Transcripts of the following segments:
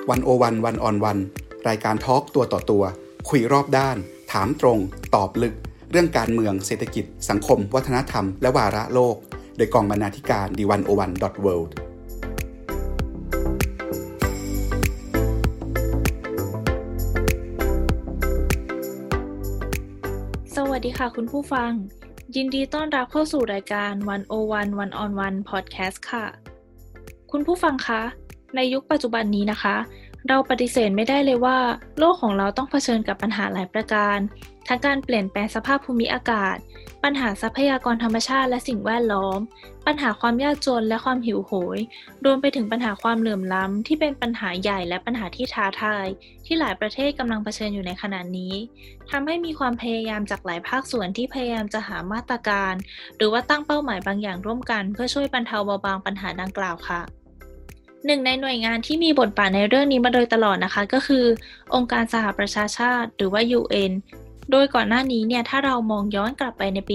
101 วันออนวันรายการทอล์กตัวต่อตัวคุยรอบด้านถามตรงตอบลึกเรื่องการเมืองเศรษฐกิจสังคมวัฒนธรรมและวาระโลกโดยกองบรรณาธิการ the101.world สวัสดีค่ะคุณผู้ฟังยินดีต้อนรับเข้าสู่รายการ101 วันออนวันพอดแคสต์ค่ะคุณผู้ฟังคะในยุคปัจจุบันนี้นะคะเราปฏิเสธไม่ได้เลยว่าโลกของเราต้องเผชิญกับปัญหาหลายประการทั้งการเปลี่ยนแปลงสภาพภูมิอากาศปัญหาทรัพยากรธรรมชาติและสิ่งแวดล้อมปัญหาความยากจนและความหิวโหยรวมไปถึงปัญหาความเหลื่อมล้ำที่เป็นปัญหาใหญ่และปัญหาที่ท้าทายที่หลายประเทศกำลังเผชิญอยู่ในขณะนี้ทำให้มีความพยายามจากหลายภาคส่วนที่พยายามจะหามาตรการหรือว่าตั้งเป้าหมายบางอย่างร่วมกันเพื่อช่วยบรรเทาเบาบางปัญหาดังกล่าวค่ะหนึ่งในหน่วยงานที่มีบทบาทในเรื่องนี้มาโดยตลอดนะคะก็คือองค์การสหประชาชาติหรือว่า UN โดยก่อนหน้านี้เนี่ยถ้าเรามองย้อนกลับไปในปี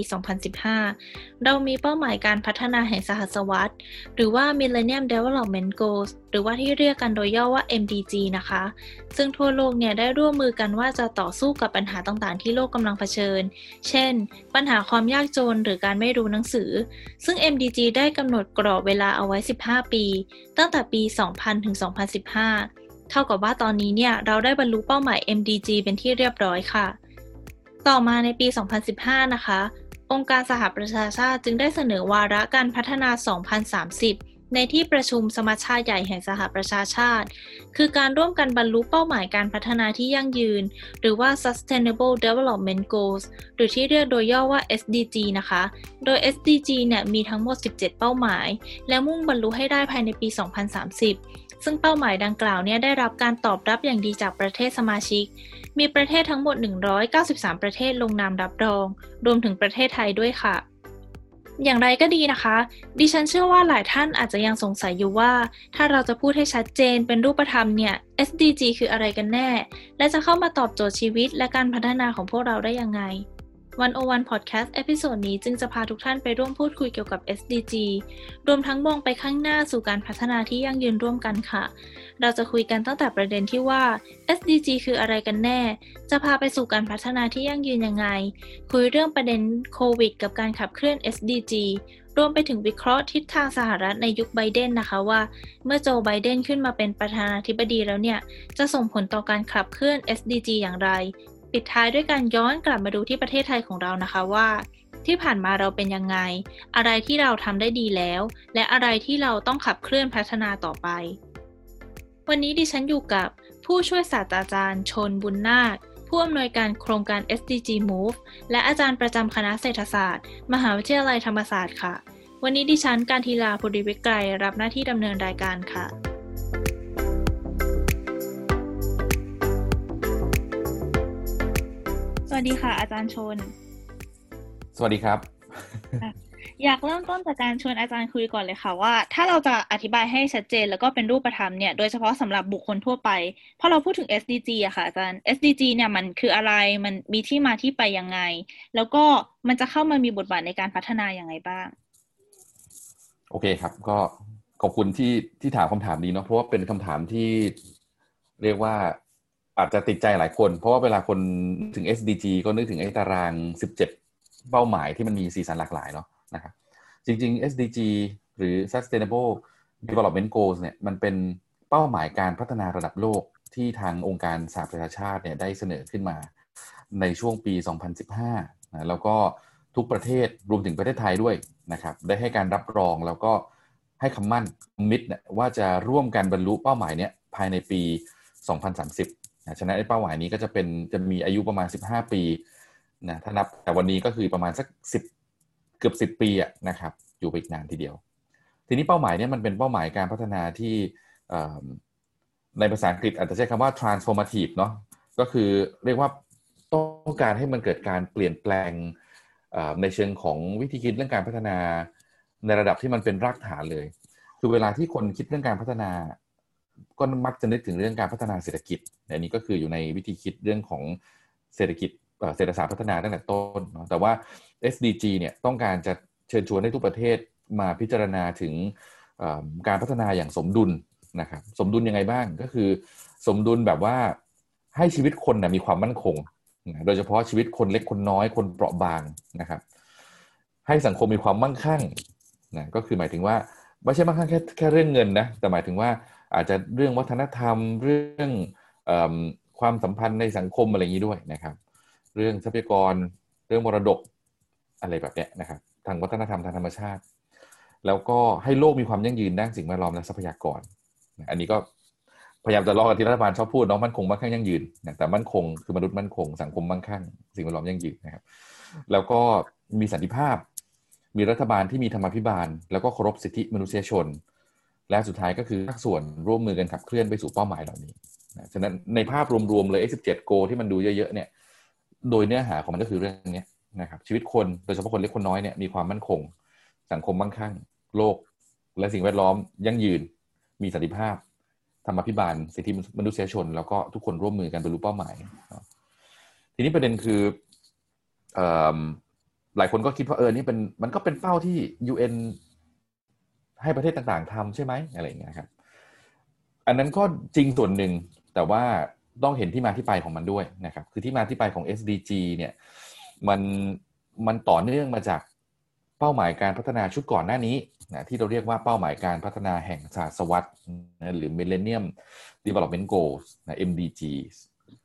2015 เรามีเป้าหมายการพัฒนาแห่งสหศตวรรษหรือว่า Millennium Development Goals หรือว่าที่เรียกกันโดยย่อว่า MDG นะคะซึ่งทั่วโลกเนี่ยได้ร่วมมือกันว่าจะต่อสู้กับปัญหาต่างๆที่โลกกำลังเผชิญเช่นปัญหาความยากจนหรือการไม่รู้หนังสือซึ่ง MDG ได้กำหนดกรอบเวลาเอาไว้ 15 ปีตั้งแต่ปี 2000 ถึง 2015 เท่ากับว่าตอนนี้เนี่ยเราได้บรรลุเป้าหมาย MDG เป็นที่เรียบร้อยค่ะต่อมาในปี 2015 นะคะองค์การสหประชาชาติจึงได้เสนอวาระการพัฒนา 2030 ในที่ประชุมสมัชชาใหญ่แห่งสหประชาชาติคือการร่วมกันบรรลุเป้าหมายการพัฒนาที่ยั่งยืนหรือว่า Sustainable Development Goals หรือที่เรียกโดยย่อว่า SDG นะคะโดย SDG เนี่ยมีทั้งหมด 17 เป้าหมายและมุ่งบรรลุให้ได้ภายในปี 2030 ซึ่งเป้าหมายดังกล่าวเนี่ยได้รับการตอบรับอย่างดีจากประเทศสมาชิกมีประเทศทั้งหมด193ประเทศลงนามรับรองรวมถึงประเทศไทยด้วยค่ะอย่างไรก็ดีนะคะดิฉันเชื่อว่าหลายท่านอาจจะยังสงสัยอยู่ว่าถ้าเราจะพูดให้ชัดเจนเป็นรูปธรรมเนี่ย SDG คืออะไรกันแน่และจะเข้ามาตอบโจทย์ชีวิตและการพัฒนาของพวกเราได้ยังไง101 Podcast เอพิโซดนี้จึงจะพาทุกท่านไปร่วมพูดคุยเกี่ยวกับ SDG รวมทั้งมองไปข้างหน้าสู่การพัฒนาที่ยั่งยืนร่วมกันค่ะเราจะคุยกันตั้งแต่ประเด็นที่ว่า SDG คืออะไรกันแน่จะพาไปสู่การพัฒนาที่ยั่งยืนยังไงคุยเรื่องประเด็นโควิดกับการขับเคลื่อน SDG รวมไปถึงวิเคราะห์ทิศทางสหรัฐในยุคไบเดนนะคะว่าเมื่อโจไบเดนขึ้นมาเป็นประธานาธิบดีแล้วเนี่ยจะส่งผลต่อการขับเคลื่อน SDG อย่างไรปิดท้ายด้วยการย้อนกลับมาดูที่ประเทศไทยของเรานะคะว่าที่ผ่านมาเราเป็นยังไงอะไรที่เราทำได้ดีแล้วและอะไรที่เราต้องขับเคลื่อนพัฒนาต่อไปวันนี้ดิฉันอยู่กับผู้ช่วยศาสตราจารย์ชนบุญนาคผู้อำนวยการโครงการ SDG Move และอาจารย์ประจำคณะเศรษฐศาสตร์มหาวิทยาลัยธรรมศาสตร์ค่ะวันนี้ดิฉันการทีลาภูริวิกรัยรับหน้าที่ดำเนินรายการค่ะสวัสดีค่ะอาจารย์ชนสวัสดีครับอยากเริ่มต้นจากการชวนอาจารย์คุยก่อนเลยค่ะว่าถ้าเราจะอธิบายให้ชัดเจนแล้วก็เป็นรูปธรรมเนี่ยโดยเฉพาะสำหรับบุคคลทั่วไปพอเราพูดถึง SDG อะค่ะอาจารย์ SDG เนี่ยมันคืออะไรมันมีที่มาที่ไปยังไงแล้วก็มันจะเข้ามามีบทบาทในการพัฒนาอย่างไรบ้างโอเคครับก็ขอบคุณที่ถามคำถามนี้เนาะเพราะว่าเป็นคำถามที่เรียกว่าอาจจะติดใจหลายคนเพราะว่าเวลาคนถึง SDG ก็นึกถึงไอ้ตาราง17เป้าหมายที่มันมีสีสันหลากหลายเนาะนะครับจริงๆ SDG หรือ Sustainable Development Goals เนี่ยมันเป็นเป้าหมายการพัฒนาระดับโลกที่ทางองค์การสหประชาชาติเนี่ยได้เสนอขึ้นมาในช่วงปี 2015 นะแล้วก็ทุกประเทศรวมถึงประเทศไทยด้วยนะครับได้ให้การรับรองแล้วก็ให้คำมั่นมิตรว่าจะร่วมกันบรรลุเป้าหมายนี้ภายในปี 2030 ฉะนั้นไอ้เป้าหมายนี้ก็จะมีอายุประมาณ15 ปีนะถ้านับแต่วันนี้ก็คือประมาณสัก10เกือบ10 ปีนะครับอยู่ไปอีกนานทีเดียวทีนี้เป้าหมายนี้มันเป็นเป้าหมายการพัฒนาที่ในภาษาอังกฤษอาจจะใช้คำว่า transformative เนาะก็คือเรียกว่าต้องการให้มันเกิดการเปลี่ยนแปลงในเชิงของวิธีคิดเรื่องการพัฒนาในระดับที่มันเป็นรากฐานเลยคือเวลาที่คนคิดเรื่องการพัฒนาก็มักจะนึกถึงเรื่องการพัฒนาเศรษฐกิจอันนี้ก็คืออยู่ในวิธีคิดเรื่องของเศรษฐกิจเศรษฐศาสตร์พัฒนาตั้งแต่ต้นแต่ว่า SDG เนี่ยต้องการจะเชิญชวนให้ทุกประเทศมาพิจารณาถึงการพัฒนาอย่างสมดุลนะครับสมดุลยังไงบ้างก็คือสมดุลแบบว่าให้ชีวิตคนมีความมั่นคงโดยเฉพาะชีวิตคนเล็กคนน้อยคนเปราะบางนะครับให้สังคมมีความมั่งคั่งนะก็คือหมายถึงว่าไม่ใช่มั่งคั่งแค่เรื่องเงินนะแต่หมายถึงว่าอาจจะเรื่องวัฒนธรรมเรื่องความสัมพันธ์ในสังคมอะไรอย่างนี้ด้วยนะครับเรื่องทรัพยากรเรื่องมรดกอะไรแบบนี้นะครับทางวัฒนธรรมทางธรรมชาติแล้วก็ให้โลกมีความยั่งยืนด้านสิ่งแวดล้อมและทรัพยากรอันนี้ก็พยายามจะลอกกับที่รัฐบาลชอบพูดมั่นคงมั่งคั่งยั่งยืนแต่มั่นคงคือมนุษย์มั่นคงสังคมมั่งคั่งสิ่งแวดล้อมยั่งยืนนะครับแล้วก็มีสันติภาพมีรัฐบาลที่มีธรรมาภิบาลแล้วก็เคารพสิทธิมนุษยชนและสุดท้ายก็คือภาคส่วนร่วมมือกันขับเคลื่อนไปสู่เป้าหมายเหล่านี้ฉะนั้นในภาพรวมๆเลย 17 โกที่มันดูเยอะๆเนี่ยโดยเนื้อหาของมันก็คือเรื่องนี้นะครับชีวิตคนโดยเฉพาะคนเล็กคนน้อยเนี่ยมีความมั่นคงสังคมมั่งคั่งโลกและสิ่งแวดล้อมยั่งยืนมีสันติภาพธรรมาภิบาลสิทธิมนุษยชนแล้วก็ทุกคนร่วมมือกันบรรลุเป้าหมายทีนี้ประเด็นคือหลายคนก็คิดว่านี่เป็นมันก็เป็นเป้าที่ UN ให้ประเทศต่างๆทำใช่ไหมอะไรอย่างเงี้ยครับอันนั้นก็จริงส่วนหนึ่งแต่ว่าต้องเห็นที่มาที่ไปของมันด้วยนะครับคือที่มาที่ไปของ SDG เนี่ยมันต่อเนื่องมาจากเป้าหมายการพัฒนาชุดก่อนหน้านี้นะที่เราเรียกว่าเป้าหมายการพัฒนาแห่งศตวรรษหรือ Millennium Development Goals นะ MDGs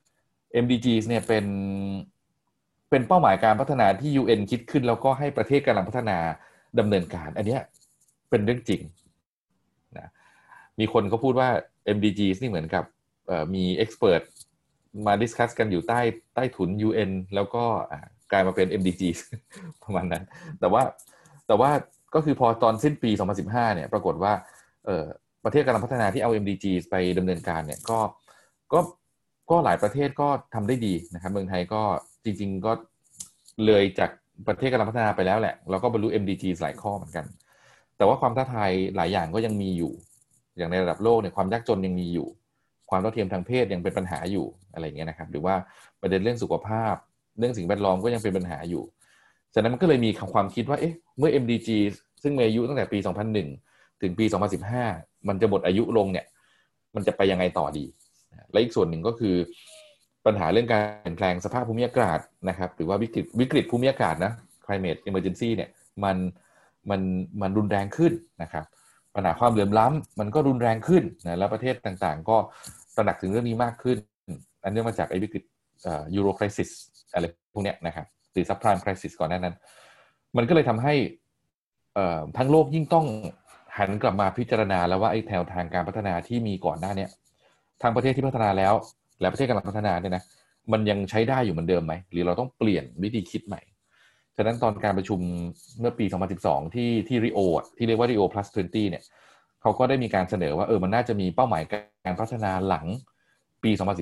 MDGs เนี่ยเป็นเป้าหมายการพัฒนาที่ UN คิดขึ้นแล้วก็ให้ประเทศกำลังพัฒนาดำเนินการอันนี้เป็นเรื่องจริงนะมีคนก็พูดว่า MDGs นี่เหมือนกับมีเอ็กซ์เพิร์ทมาดิสคัสกันอยู่ใต้ถุน UN แล้วก็กลายมาเป็น MDGs ประมาณนั้นแต่ว่าก็คือพอตอนสิ้นปี 2015 เนี่ยปรากฏว่าประเทศกำลังพัฒนาที่เอา MDGs ไปดำเนินการเนี่ยก็หลายประเทศก็ทำได้ดีนะครับเมืองไทยก็จริงๆก็เลยจากประเทศกำลังพัฒนาไปแล้วแหละแล้วก็บรรลุ MDGs หลายข้อเหมือนกันแต่ว่าความท้าทายหลายอย่างก็ยังมีอยู่อย่างในระดับโลกเนี่ยความยากจนยังมีอยู่ความเท่าเทียมทางเพศยังเป็นปัญหาอยู่อะไรอย่างเงี้ยนะครับหรือว่าประเด็นเรื่องสุขภาพเรื่องสิ่งแวดล้อมก็ยังเป็นปัญหาอยู่ฉะนั้นมันก็เลยมีความคิดว่าเมื่อ MDG ซึ่งมีอายุตั้งแต่ปี 2001 ถึงปี 2015 มันจะหมดอายุลงเนี่ยมันจะไปยังไงต่อดีและอีกส่วนหนึ่งก็คือปัญหาเรื่องการเปลี่ยนแปลงสภาพภูมิอากาศนะครับหรือว่าวิกฤตภูมิอากาศนะ climate emergency เนี่ยมันรุนแรงขึ้นนะครับปัญหาความเหลื่อมล้ำมันก็รุนแรงขึ้นนะแล้วประเทศต่างๆก็ตระหนักถึงเรื่องนี้มากขึ้นอันเนื่องมาจากวิกฤตยูโรไครซิสอะไรพวกนี้นะครับหรือซับไพรม์ไครซิสก่อนหน้านั้นมันก็เลยทำให้ทั้งโลกยิ่งต้องหันกลับมาพิจารณาแล้วว่าไอ้แนวทางการพัฒนาที่มีก่อนหน้านี้ทางประเทศที่พัฒนาแล้วและประเทศกำลังพัฒนาเนี่ยนะมันยังใช้ได้อยู่เหมือนเดิมไหมหรือเราต้องเปลี่ยนวิธีคิดใหม่ฉะนั้นตอนการประชุมเมื่อปี 2012 ที่ริโอที่เรียกว่า Rio Plus 20 เนี่ยเขาก็ได้มีการเสนอว่ามันน่าจะมีเป้าหมายการพัฒนาหลังปี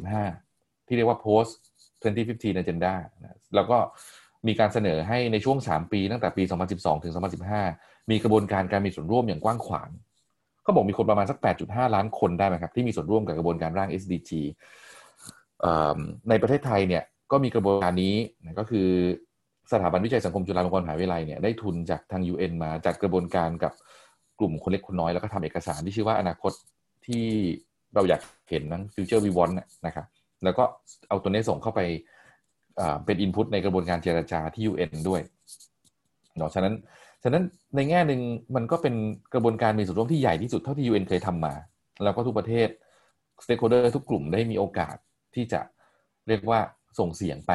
2015 ที่เรียกว่า Post 2015 Agenda นะแล้วก็มีการเสนอให้ในช่วง3ปีตั้งแต่ปี 2012 ถึง 2015 มีกระบวนการมีส่วนร่วมอย่างกว้างขวางเขาบอกมีคนประมาณสัก 8.5 ล้านคนได้ไหมครับที่มีส่วนร่วมกับกระบวนการร่าง SDG ในประเทศไทยเนี่ยก็มีกระบวนการนี้ก็คือสถาบันวิจัยสังคมจุฬาลงกรณ์มหาวิทยาลัยเนี่ยได้ทุนจากทาง UN มาจัดกระบวนการกับกลุ่มคนเล็กคนน้อยแล้วก็ทำเอกสารที่ชื่อว่าอนาคตที่เราอยากเห็นนั้น Future We Want นะครับแล้วก็เอาตัวนี้ส่งเข้าไปเป็นอินพุตในกระบวนการเจรจาที่ UN ด้วยเนาะฉะนั้นในแง่หนึ่งมันก็เป็นกระบวนการมีส่วนร่วมที่ใหญ่ที่สุดเท่าที่ UN เคยทำมาแล้วก็ทุกประเทศ stakeholder ทุกกลุ่มได้มีโอกาสที่จะเรียกว่าส่งเสียงไป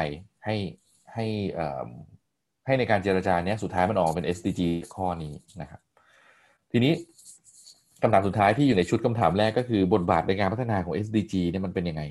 ให้ในการเจรจาเนี้ยสุดท้ายมันออกเป็น SDG ข้อนี้นะครับทีนี้คำถามสุดท้ายที่อยู่ในชุดคำถามแรกก็คือบทบาทในการพัฒนาของ SDG เนี่ยมันเป็นยังไง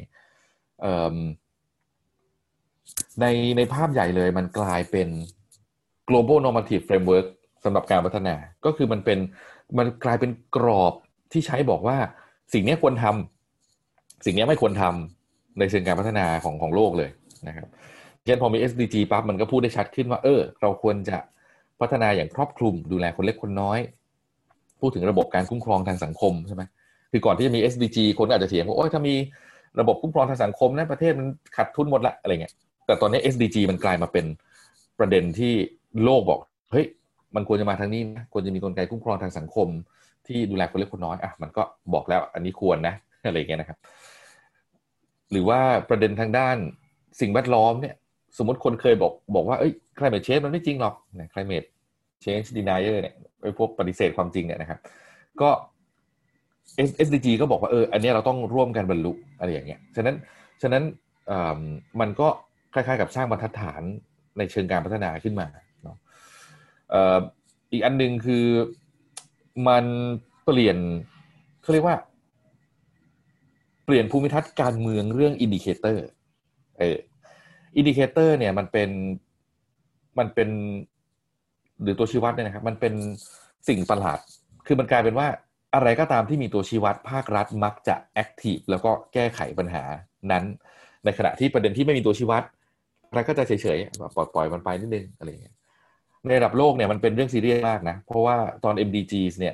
ในภาพใหญ่เลยมันกลายเป็น global normative framework สำหรับการพัฒนาก็คือมันกลายเป็นกรอบที่ใช้บอกว่าสิ่งนี้ควรทำสิ่งนี้ไม่ควรทำในเชิงการพัฒนาของโลกเลยนะครับเช่นพอมี SDG ปั๊บมันก็พูดได้ชัดขึ้นว่าเราควรจะพัฒนาอย่างครอบคลุมดูแลคนเล็กคนน้อยพูดถึงระบบการคุ้มครองทางสังคมใช่ไหมคือก่อนที่จะมี SDG คนอาจจะเถียงว่าถ้ามีระบบคุ้มครองทางสังคมนะประเทศมันขาดทุนหมดละอะไรเงี้ยแต่ตอนนี้ SDG มันกลายมาเป็นประเด็นที่โลกบอกเฮ้ยมันควรจะมาทางนี้นะควรจะมีกลไกคุ้มครองทางสังคมที่ดูแลคนเล็กคนน้อยมันก็บอกแล้วอันนี้ควรนะอะไรเงี้ยนะครับหรือว่าประเด็นทางด้านสิ่งแวดล้อมเนี่ยสมมติคนเคยบอกว่าclimate change มันไม่จริงหรอกนะ climate change denier เนี่ยไอ้พวกปฏิเสธความจริงเนี่ยนะครับก็ SDG ก็บอกว่าอันนี้เราต้องร่วมกันบรรลุอะไรอย่างเงี้ยฉะนั้นมันก็คล้ายๆกับสร้างบรรทัดฐานในเชิงการพัฒนาขึ้นมาเนาะอีกอันนึงคือมันเปลี่ยนเขาเรียกว่าเปลี่ยนภูมิทัศน์การเมืองเรื่องอินดิเคเตอร์อินดิเคเตอร์เนี่ยมันเป็นหรือตัวชี้วัดเนี่ยนะครับมันเป็นสิ่งประหลาดคือมันกลายเป็นว่าอะไรก็ตามที่มีตัวชี้วัดภาครัฐมักจะแอคทีฟแล้วก็แก้ไขปัญหานั้นในขณะที่ประเด็นที่ไม่มีตัวชี้วัดเราก็จะเฉยๆปล่อยมันไปนิดนึงอะไรอย่างเงี้ยในระดับโลกเนี่ยมันเป็นเรื่องซีเรียสมากนะเพราะว่าตอน MDGs เนี่ย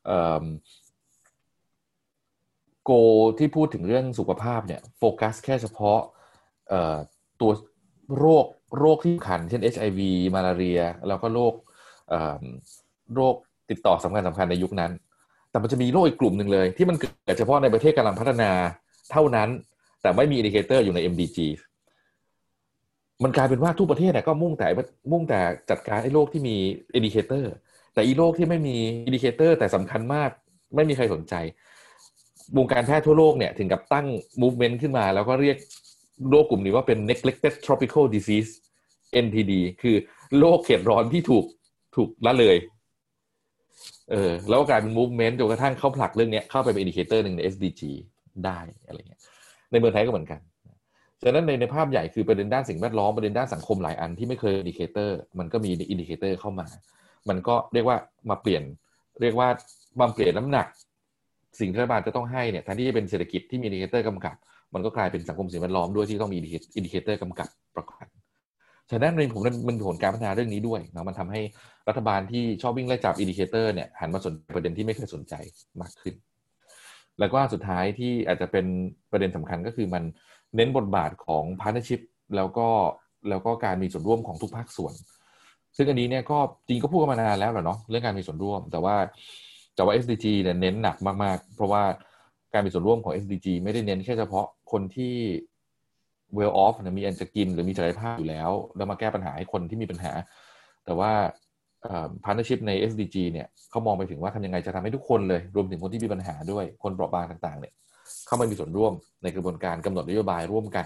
โกที่พูดถึงเรื่องสุขภาพเนี่ยโฟกัสแค่เฉพาะตัวโรคที่สำคัญเช่น HIV มาลาเรียแล้วก็โรคติดต่อสำคัญในยุคนั้นแต่มันจะมีโรคอีกกลุ่มหนึ่งเลยที่มันเกิดเฉพาะในประเทศกำลังพัฒนาเท่านั้นแต่ไม่มีอินดิเคเตอร์อยู่ใน MDG มันกลายเป็นว่าทุกประเทศเนี่ยก็มุ่งแต่จัดการไอ้โรคที่มีอินดิเคเตอร์แต่อีโรคที่ไม่มีอินดิเคเตอร์แต่สำคัญมากไม่มีใครสนใจวงการแพทย์ทั่วโลกเนี่ยถึงกับตั้ง movement ขึ้นมาแล้วก็เรียกโรคกลุ่มนี้ว่าเป็น neglected tropical disease NTD คือโรคเขตร้อนที่ถูกละเลยแล้วก็กลายเป็น movement จนกระทั่งเขาผลักเรื่องนี้เข้าไปเป็นอินดิเคเตอร์หนึ่งใน SDG ได้อะไรเงี้ยในเมืองไทยก็เหมือนกันฉะนั้นในภาพใหญ่คือประเด็นด้านสิ่งแวดล้อมประเด็นด้านสังคมหลายอันที่ไม่เคยอินดิเคเตอร์มันก็มีอินดิเคเตอร์เข้ามามันก็เรียกว่ามาเปลี่ยนน้ำหนักสิ่งที่รัฐบาลจะต้องให้เนี่ยแทนที่จะเป็นเศรษฐกิจที่มีอินดิเคเตอร์กำกับมันก็กลายเป็นสังคมสิ่งแวดล้อมด้วยที่ต้องมีอินดิเคเตอร์กำกับประกอบฉะนั้นในผมมันผลการพัฒนาเรื่องนี้ด้วยนะมันทำให้รัฐบาลที่ชอบวิ่งไล่จับอินดิเคเตอร์เนี่ยหันมาสนประเด็นที่ไม่เคยสนใจมากขึ้นแล้วก็สุดท้ายที่อาจจะเป็นประเด็นสำคัญก็คือมันเน้นบทบาทของ partnership แล้วก็การมีส่วนร่วมของทุกภาคส่วนซึ่งอันนี้เนี่ยก็จริงก็พูดกันมานานแล้วแหละเนาะเรื่องการมีส่วนร่วมแต่ว่า SDG เนี่ยเน้นหนักมากๆเพราะว่าการมีส่วนร่วมของ SDG ไม่ได้เน้นแค่เฉพาะคนที่ well off นะมีอันจะกินหรือมีศักยภาพอยู่แล้วมาแก้ปัญหาให้คนที่มีปัญหาแต่ว่าpartnership ใน SDG เนี่ยเขามองไปถึงว่าทำยังไงจะทำให้ทุกคนเลยรวมถึงคนที่มีปัญหาด้วยคนเปราะบางต่างๆเนี่ยเข้ามามีส่วนร่วมในกระบวนการกำหนดนโยบายร่วมกัน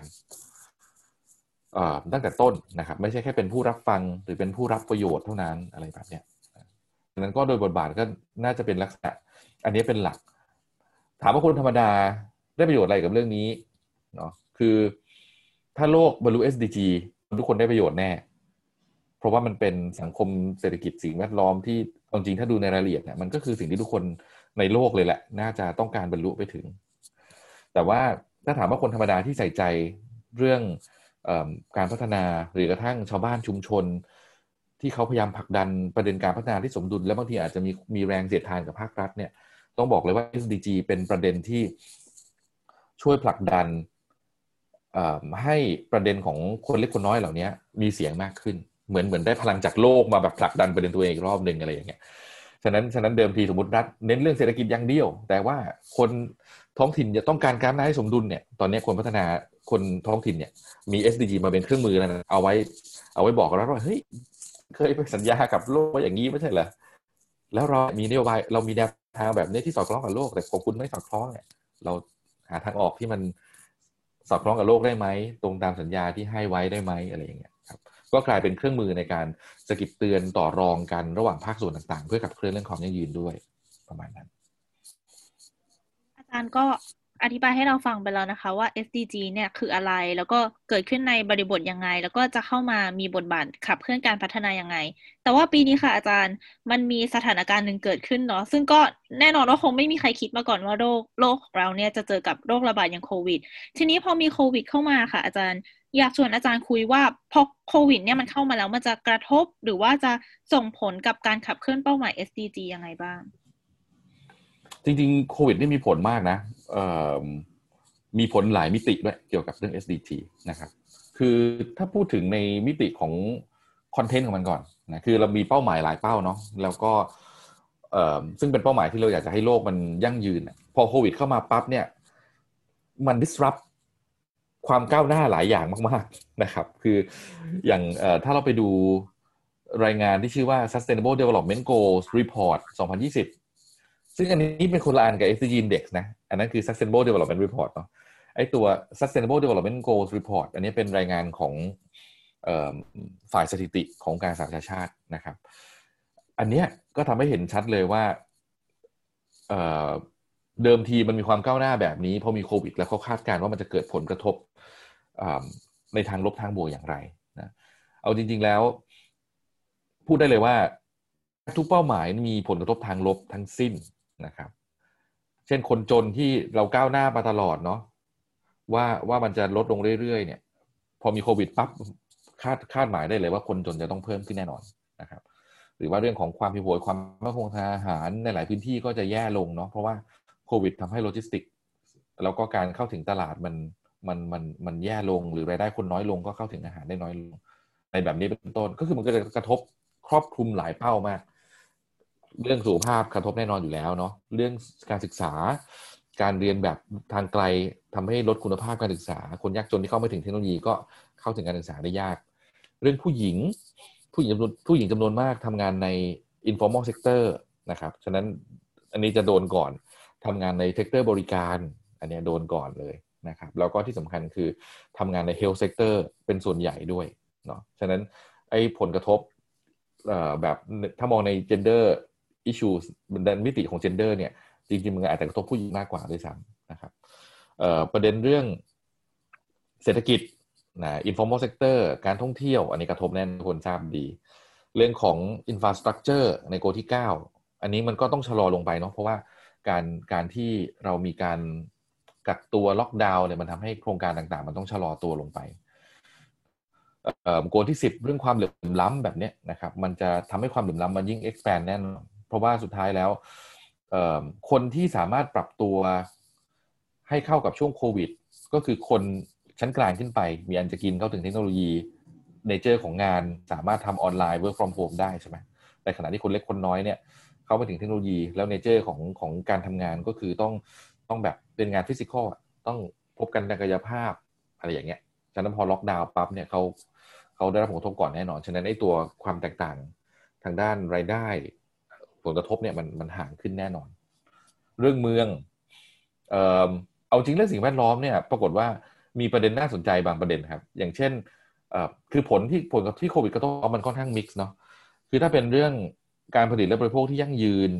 ตั้งแต่ต้นนะครับไม่ใช่แค่เป็นผู้รับฟังหรือเป็นผู้รับประโยชน์เท่านั้นอะไรแบบนี้ดังนั้นก็โดยบทบาทก็น่าจะเป็นลักษณะอันนี้เป็นหลักถามว่าคนธรรมดาได้ประโยชน์อะไรกับเรื่องนี้เนาะคือถ้าโลกบรรลุ SDG ทุกคนได้ประโยชน์แน่เพราะว่ามันเป็นสังคมเศรษฐกิจสิ่งแวดล้อมที่จริงถ้าดูในรายละเอียดเนี่ยมันก็คือสิ่งที่ทุกคนในโลกเลยแหละน่าจะต้องการบรรลุไปถึงแต่ว่าถ้าถามว่าคนธรรมดาที่ใส่ใจเรื่องการพัฒนาหรือกระทั่งชาวบ้านชุมชนที่เขาพยายามผลักดันประเด็นการพัฒนาที่สมดุลและบางทีอาจจะมีแรงเสียดทานกับภาครัฐเนี่ยต้องบอกเลยว่า SDG เป็นประเด็นที่ช่วยผลักดันให้ประเด็นของคนเล็กคนน้อยเหล่านี้มีเสียงมากขึ้นเหมือนได้พลังจากโลกมาแบบผลักดันประเด็นตัวเองอีกรอบนึงอะไรอย่างเงี้ยฉะนั้นเดิมทีสมมติรัฐเน้นเรื่องเศรษฐกิจอย่างเดียวแต่ว่าคนท้องถิ่นจะต้องการการพัฒนาให้สมดุลเนี่ยตอนนี้คนพัฒนาคนท้องถิ่นเนี่ยมี SDG มาเป็นเครื่องมือแล้วนะเอาไว้บอกกับรัฐว่าเฮ้ยเคยไปสัญญากับโลกว่าอย่างนี้ไม่ใช่เหรอแล้วเรามีนโยบายเรามีแนวทางแบบนี้ที่สอดคล้องกับโลกแต่ของคุณไม่สอดคล้องเนี่ยเราหาทางออกที่มันสอดคล้องกับโลกได้ไหมตรงตามสัญญาที่ให้ไว้ได้ไหมอะไรอย่างเงี้ยครับก็กลายเป็นเครื่องมือในการสะกิดเตือนต่อรองกันระหว่างภาคส่วนต่างๆเพื่อขับเคลื่อนเรื่องความยั่งยืนด้วยประมาณนั้นอาจารย์ก็อธิบายให้เราฟังไปแล้วนะคะว่า SDG เนี่ยคืออะไรแล้วก็เกิดขึ้นในบริบทยังไงแล้วก็จะเข้ามามีบทบาทขับเคลื่อนการพัฒนายังไงแต่ว่าปีนี้ค่ะอาจารย์มันมีสถานการณ์หนึ่งเกิดขึ้นเนาะซึ่งก็แน่นอนว่าคงไม่มีใครคิดมาก่อนว่าโลกของเราเนี่ยจะเจอกับโรคระบาดอย่างโควิดทีนี้พอมีโควิดเข้ามาค่ะอาจารย์อยากชวนอาจารย์คุยว่าพอโควิดเนี่ยมันเข้ามาแล้วมันจะกระทบหรือว่าจะส่งผลกับการขับเคลื่อนเป้าหมาย SDG ยังไงบ้างจริงๆโควิดนี่มีผลมากนะมีผลหลายมิติด้วยเกี่ยวกับเรื่อง SDG นะครับคือถ้าพูดถึงในมิติของคอนเทนต์ของมันก่อนนะคือเรามีเป้าหมายหลายเป้าเนาะแล้วก็ซึ่งเป็นเป้าหมายที่เราอยากจะให้โลกมันยั่งยืนพอโควิดเข้ามาปั๊บเนี่ยมัน disrupt ความก้าวหน้าหลายอย่างมากๆนะครับคืออย่างถ้าเราไปดูรายงานที่ชื่อว่า Sustainable Development Goals Report 2020 ซึ่งอันนี้เป็นคนละอันกับ SDG Index นะอันนั้นคือ Sustainable Development Report เนาะไอตัว Sustainable Development Goals Report อันนี้เป็นรายงานของฝ่ายสถิติของการสหประชาชาตินะครับอันเนี้ยก็ทำให้เห็นชัดเลยว่าเดิมทีมันมีความก้าวหน้าแบบนี้พอมีโควิดแล้วเขาคาดการณ์ว่ามันจะเกิดผลกระทบในทางลบทางบวกอย่างไรนะเอาจริงๆแล้วพูดได้เลยว่าทุกเป้าหมายมีผลกระทบทางลบทั้งสิ้นนะครับเช่นคนจนที่เราก้าวหน้ามาตลอดเนาะว่ามันจะลดลงเรื่อยๆเนี่ยพอมีโควิดปั๊บคาดหมายได้เลยว่าคนจนจะต้องเพิ่มขึ้นแน่นอนนะครับหรือว่าเรื่องของความผิดปกติความมั่นคงทางอาหารในหลายพื้นที่ก็จะแย่ลงเนาะเพราะว่าโควิดทำให้โลจิสติกแล้วก็การเข้าถึงตลาดมันแย่ลงหรือรายได้คนน้อยลงก็เข้าถึงอาหารได้น้อยลงในแบบนี้เป็นต้นก็คือมันก็จะกระทบครอบคลุมหลายเป้ามากเรื่องสุขภาพกระทบแน่นอนอยู่แล้วเนาะเรื่องการศึกษาการเรียนแบบทางไกลทำให้ลดคุณภาพการศึกษาคนยากจนที่เข้าไม่ถึงเทคโนโลยีก็เข้าถึงการศึกษาได้ยากเรื่องผู้หญิงจำนวนมากทำงานใน informal sector นะครับฉะนั้นอันนี้จะโดนก่อนทำงานในเซกเตอร์บริการอันนี้โดนก่อนเลยนะครับแล้วก็ที่สำคัญคือทำงานใน health sector เป็นส่วนใหญ่ด้วยเนาะฉะนั้นไอ้ผลกระทบแบบถ้ามองใน gender issues ในมิติของ gender เนี่ยจริงๆมันอาจจะกระทบผู้หญิงมากกว่าด้วยซ้ำนะครับประเด็นเรื่องเศรษฐกิจนะ informal sector การท่องเที่ยวอันนี้กระทบแน่นคนทราบดีเรื่องของ infrastructure ในโกที่9อันนี้มันก็ต้องชะลอลงไปเนาะเพราะว่าการที่เรามีการกักตัวล็อกดาวน์เนี่ยมันทำให้โครงการต่างๆมันต้องชะลอตัวลงไปโกที่10เรื่องความเหลื่อมล้ำแบบนี้นะครับมันจะทำให้ความเหลื่อมล้ำมันยิ่ง expand แน่นอนเพราะว่าสุดท้ายแล้วคนที่สามารถปรับตัวให้เข้ากับช่วงโควิดก็คือคนชั้นกลางขึ้นไปมีอันจะกินเข้าถึงเทคโนโลยีเนเจอร์ของงานสามารถทำออนไลน์ work from home ได้ใช่ไหมในขณะที่คนเล็กคนน้อยเนี่ยเข้าไปถึงเทคโนโลยีแล้วเนเจอร์ของการทำงานก็คือต้องแบบเป็นงานฟิสิกอลต้องพบกันทางกายภาพอะไรอย่างเงี้ยฉะนั้นพอล็อกดาวน์ปั๊บเนี่ยเขาได้รับผลกระทบก่อนแน่นอนฉะนั้นไอ้ตัวความแตกต่างทางด้านรายได้ผลกระทบเนี่ยมันห่างขึ้นแน่นอนเรื่องเมืองเอาจริงเรื่องสิ่งแวดล้อมเนี่ยปรากฏว่ามีประเด็นน่าสนใจบางประเด็นครับอย่างเช่นคือผลที่โควิดกระทบมันค่อนข้างมิกซ์เนาะคือถ้าเป็นเรื่องการผลิตและบริโภคที่ยั่งยืน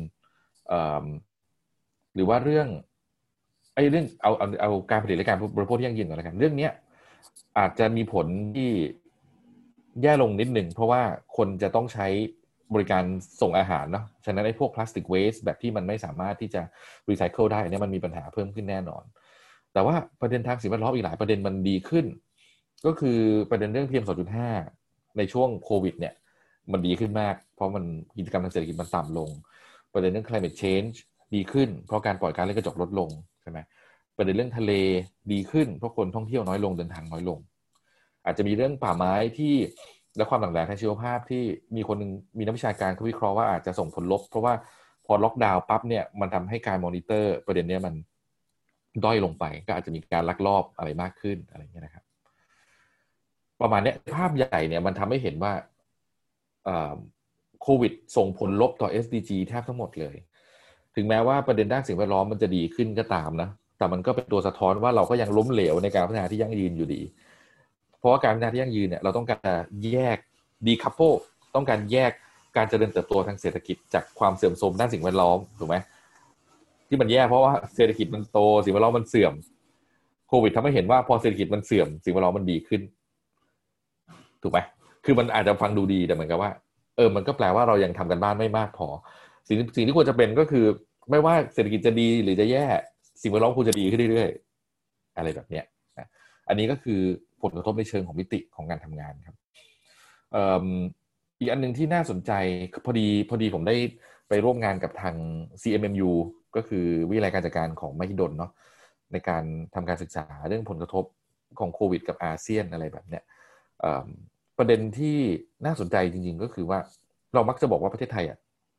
หรือว่าเรื่องเอาการผลิตและการบริโภคที่ยั่งยืนก่อนแล้วกันเรื่องนี้อาจจะมีผลที่แย่ลงนิดหนึ่งเพราะว่าคนจะต้องใช้บริการส่งอาหารเนาะฉะนั้นไอ้พวกพลาสติกเวสต์แบบที่มันไม่สามารถที่จะรีไซเคิลได้เนี่ยมันมีปัญหาเพิ่มขึ้นแน่นอนแต่ว่าประเด็นทางสิ่งแวดล้อมอีกหลายประเด็นมันดีขึ้นก็คือประเด็นเรื่อง PM 2.5 ในช่วงโควิดเนี่ยมันดีขึ้นมากเพราะมันกิจกรรมทางเศรษฐกิจมันต่ำลงประเด็นเรื่อง climate change ดีขึ้นเพราะการปล่อยก๊าซเรือนกระจกลดลงใช่ไหมประเด็นเรื่องทะเลดีขึ้นเพราะคนท่องเที่ยวน้อยลงเดินทางน้อยลงอาจจะมีเรื่องป่าไม้ที่และความหลากหลายทางชีวภาพที่มีนักวิชาการเขาวิเคราะห์ว่าอาจจะส่งผลลบเพราะว่าพอล็อกดาวน์ปั๊บเนี่ยมันทำให้การมอนิเตอร์ประเด็นนี้มันด้อยลงไปก็อาจจะมีการลักลอบอะไรมากขึ้นอะไรเงี้ยนะครับประมาณนี้ภาพใหญ่เนี่ยมันทำให้เห็นว่าโควิดส่งผลลบต่อ SDG แทบทั้งหมดเลยถึงแม้ว่าประเด็นด้านสิ่งแวดล้อมมันจะดีขึ้นก็ตามนะแต่มันก็เป็นตัวสะท้อนว่าเราก็ยังล้มเหลวในการพัฒนาที่ยั่งยืนอยู่ดีเพราะว่าการพัฒนาที่ยั่งยืนเนี่ยเราต้องการแยก decouple ต้องการแยกการเจริญเติบโตทางเศรษฐกิจจากความเสื่อมโทรมด้านสิ่งแวดล้อมถูกไหมที่มันแย่เพราะว่าเศรษฐกิจมันโตสิ่งแวดล้อมมันเสื่อมโควิดทำให้เห็นว่าพอเศรษฐกิจมันเสื่อมสิ่งแวดล้อมมันดีขึ้นถูกไหมคือมันอาจจะฟังดูดีแต่เหมือนกับว่ามันก็แปลว่าเรายังทำกันบ้านไม่มากพอสิ่งที่ควรจะเป็นก็คือไม่ว่าเศรษฐกิจจะดีหรือจะแย่สิ่งแวดล้อมควรจะดีขึ้นเรื่อยๆอะไรแบบเนี้ยอันนี้ก็คือผลกระทบในเชิงของมิติของการทำงานครับอีกอันนึงที่น่าสนใจพอดีผมได้ไปร่วมงานกับทาง CMMU ก็คือวิทยาลัยการจัดการของมหิดลเนาะในการทำการศึกษาเรื่องผลกระทบของโควิดกับอาเซียนอะไรแบบเนี้ยประเด็นที่น่าสนใจจริงๆก็คือว่าเรามักจะบอกว่าประเทศไทย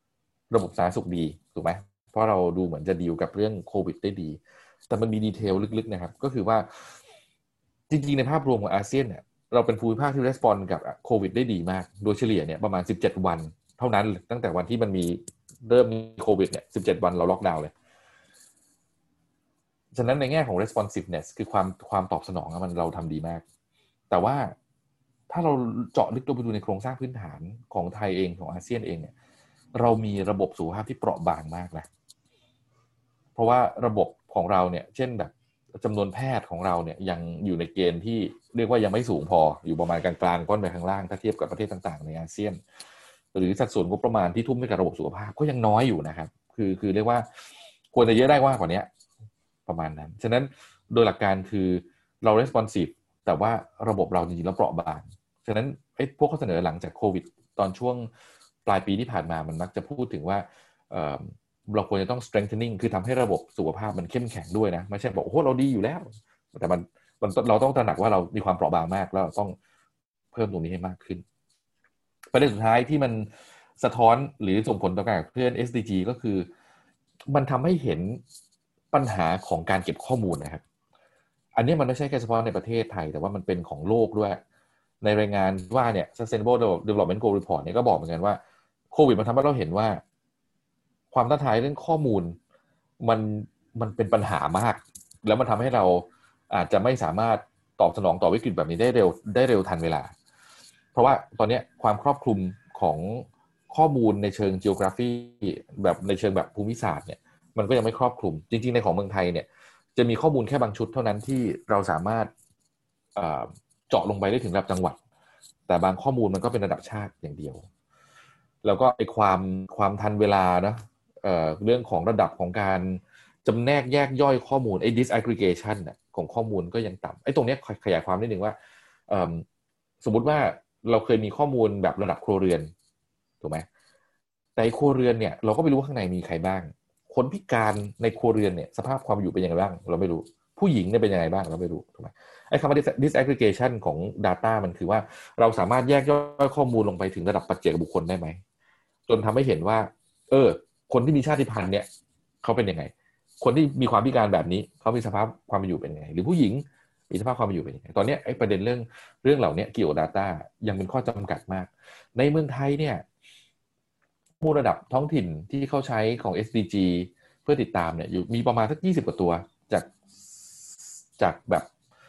ระบบสาธารณสุขดีถูกไหมเพราะเราดูเหมือนจะดีลกับเรื่องโควิดได้ดีแต่มันมีดีเทลลึกๆนะครับก็คือว่าจริงๆในภาพรวมของอาเซียนเนี่ยเราเป็นภูมิภาคที่รีสปอนส์กับโควิดได้ดีมากโดยเฉลี่ยเนี่ยประมาณ17วันเท่านั้นตั้งแต่วันที่มันมีเริ่มมีโควิดเนี่ย17วันเราล็อกดาวน์เลยฉะนั้นในแง่ของ responsiveness คือความตอบสนองมันเราทำดีมากแต่ว่าถ้าเราเจาะลึกลงไปดูในโครงสร้างพื้นฐานของไทยเองของอาเซียนเองเนี่ยเรามีระบบสุขภาพที่เปราะบางมากนะเพราะว่าระบบของเราเนี่ยเช่นแบบจำนวนแพทย์ของเราเนี่ยยังอยู่ในเกณฑ์ที่เรียกว่ายังไม่สูงพออยู่ประมาณกลางๆก้อนไปข้างล่างถ้าเทียบกับประเทศต่างๆในอาเซียนหรือสัดส่วนงบประมาณที่ทุ่มให้กับระบบสุขภาพก็ยังน้อยอยู่นะครับคือเรียกว่าควรจะเยอะได้มากกว่านี้ประมาณนั้นฉะนั้นโดยหลักการคือเรา responsive แต่ว่าระบบเราจริงๆแล้วเปราะบางฉะนั้นพวกข้อเสนอหลังจากโควิดตอนช่วงปลายปีที่ผ่านมามันมักจะพูดถึงว่าเราควรจะต้อง strengthening คือทำให้ระบบสุขภาพมันเข้มแข็งด้วยนะไม่ใช่บอกโอ้โหเราดีอยู่แล้วแต่มันเราต้องตระหนักว่าเรามีความเปราะบางมากแล้วเราต้องเพิ่มตรงนี้ให้มากขึ้นประเด็นสุดท้ายที่มันสะท้อนหรือส่งผลต่อการขับเคลื่อน SDG ก็คือมันทำให้เห็นปัญหาของการเก็บข้อมูลนะครับอันนี้มันไม่ใช่แค่เฉพาะในประเทศไทยแต่ว่ามันเป็นของโลกด้วยในรายงานว่าเนี่ย Sustainable Development Goal Report เนี่ยก็บอกเหมือนกันว่าโควิดมันทำให้เราเห็นว่าความท้าทายเรื่องข้อมูลมันเป็นปัญหามากแล้วมันทำให้เราอาจจะไม่สามารถตอบสนองต่อวิกฤตแบบนี้ได้เร็วทันเวลาเพราะว่าตอนนี้ความครอบคลุมของข้อมูลในเชิง geography แบบในเชิงแบบภูมิศาสตร์เนี่ยมันก็ยังไม่ครอบคลุมจริงๆในของเมืองไทยเนี่ยจะมีข้อมูลแค่บางชุดเท่านั้นที่เราสามารถเจาะลงไปได้ถึงระดับจังหวัดแต่บางข้อมูลมันก็เป็นระดับชาติอย่างเดียวแล้วก็ไอ้ความทันเวลานะเรื่องของระดับของการจำแนกแยกย่อยข้อมูลไอ้ disaggregation ของข้อมูลก็ยังต่ำไอ้ตรงนี้ขยายความนิดนึงว่าสมมุติว่าเราเคยมีข้อมูลแบบระดับครัวเรือนถูกไหมแต่ครัวเรือนเนี่ยเราก็ไม่รู้ว่าข้างในมีใครบ้างคนพิการในครัวเรือนเนี่ยสภาพความอยู่เป็นยังไงบ้างเราไม่รู้ผู้หญิงเนี่ยเป็นยังไงบ้างเราไม่รู้ถูกไหมไอ้คำว่า disaggregation ของ data มันคือว่าเราสามารถแยกย่อยข้อมูลลงไปถึงระดับปัจเจกบุคคลได้ไหมจนทำให้เห็นว่าคนที่มีชาติพันธุ์เนี่ยเขาเป็นยังไงคนที่มีความพิการแบบนี้เขามีสภาพความเป็นอยู่เป็นยังไงหรือผู้หญิงมีสภาพความเป็นอยู่เป็นยังไงตอนนี้ไอ้ประเด็นเรื่องเหล่านี้เกี่ยวกับ data ยังเป็นข้อจำกัดมากในเมืองไทยเนี่ยข้อมูลระดับท้องถิ่นที่เขาใช้ของ SDG เพื่อติดตามเนี่ยอยู่มีประมาณสัก20กว่าตัวจากแบบ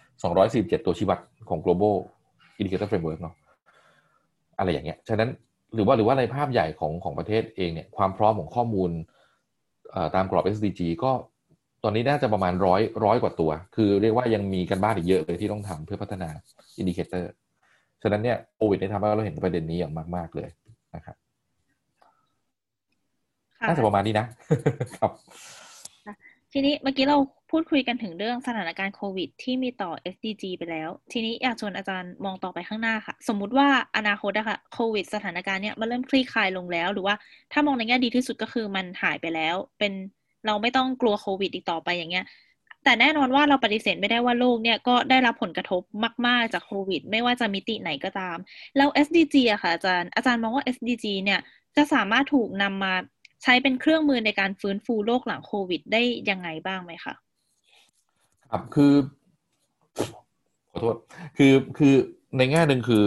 247ตัวชี้วัดของ global indicator framework เนาะอะไรอย่างเงี้ยฉะนั้นหรือว่าในภาพใหญ่ของประเทศเองเนี่ยความพร้อมของข้อมูลตามกรอบ SDG ก็ตอนนี้น่าจะประมาณร้อยกว่าตัวคือเรียกว่ายังมีกันบ้านอีกเยอะเลยที่ต้องทำเพื่อพัฒนาอินดิเคเตอร์ฉะนั้นเนี่ยโควิดได้ทำให้เราเห็นประเด็นนี้อย่างมากๆเลยนะครับน่าจะประมาณนี้นะครับทีนี้เมื่อกี้เราพูดคุยกันถึงเรื่องสถานการณ์โควิดที่มีต่อ SDG ไปแล้วทีนี้อยากชวนอาจารย์มองต่อไปข้างหน้าค่ะสมมุติว่าอนาคตอะค่ะโควิดสถานการณ์เนี้ยมันเริ่มคลี่คลายลงแล้วหรือว่าถ้ามองในแง่ดีที่สุดก็คือมันหายไปแล้วเป็นเราไม่ต้องกลัวโควิดอีกต่อไปอย่างเงี้ยแต่แน่นอนว่าเราปฏิเสธไม่ได้ว่าโลกเนี่ยก็ได้รับผลกระทบมากๆจากโควิดไม่ว่าจะมิติไหนก็ตามแล้ว SDG อะค่ะอาจารย์มองว่า SDG เนี่ยจะสามารถถูกนำมาใช้เป็นเครื่องมือในการฟื้นฟูโลกหลังโควิดได้ยังไงบ้างไหมคะครับคือขอโทษคือในแง่หนึ่งคือ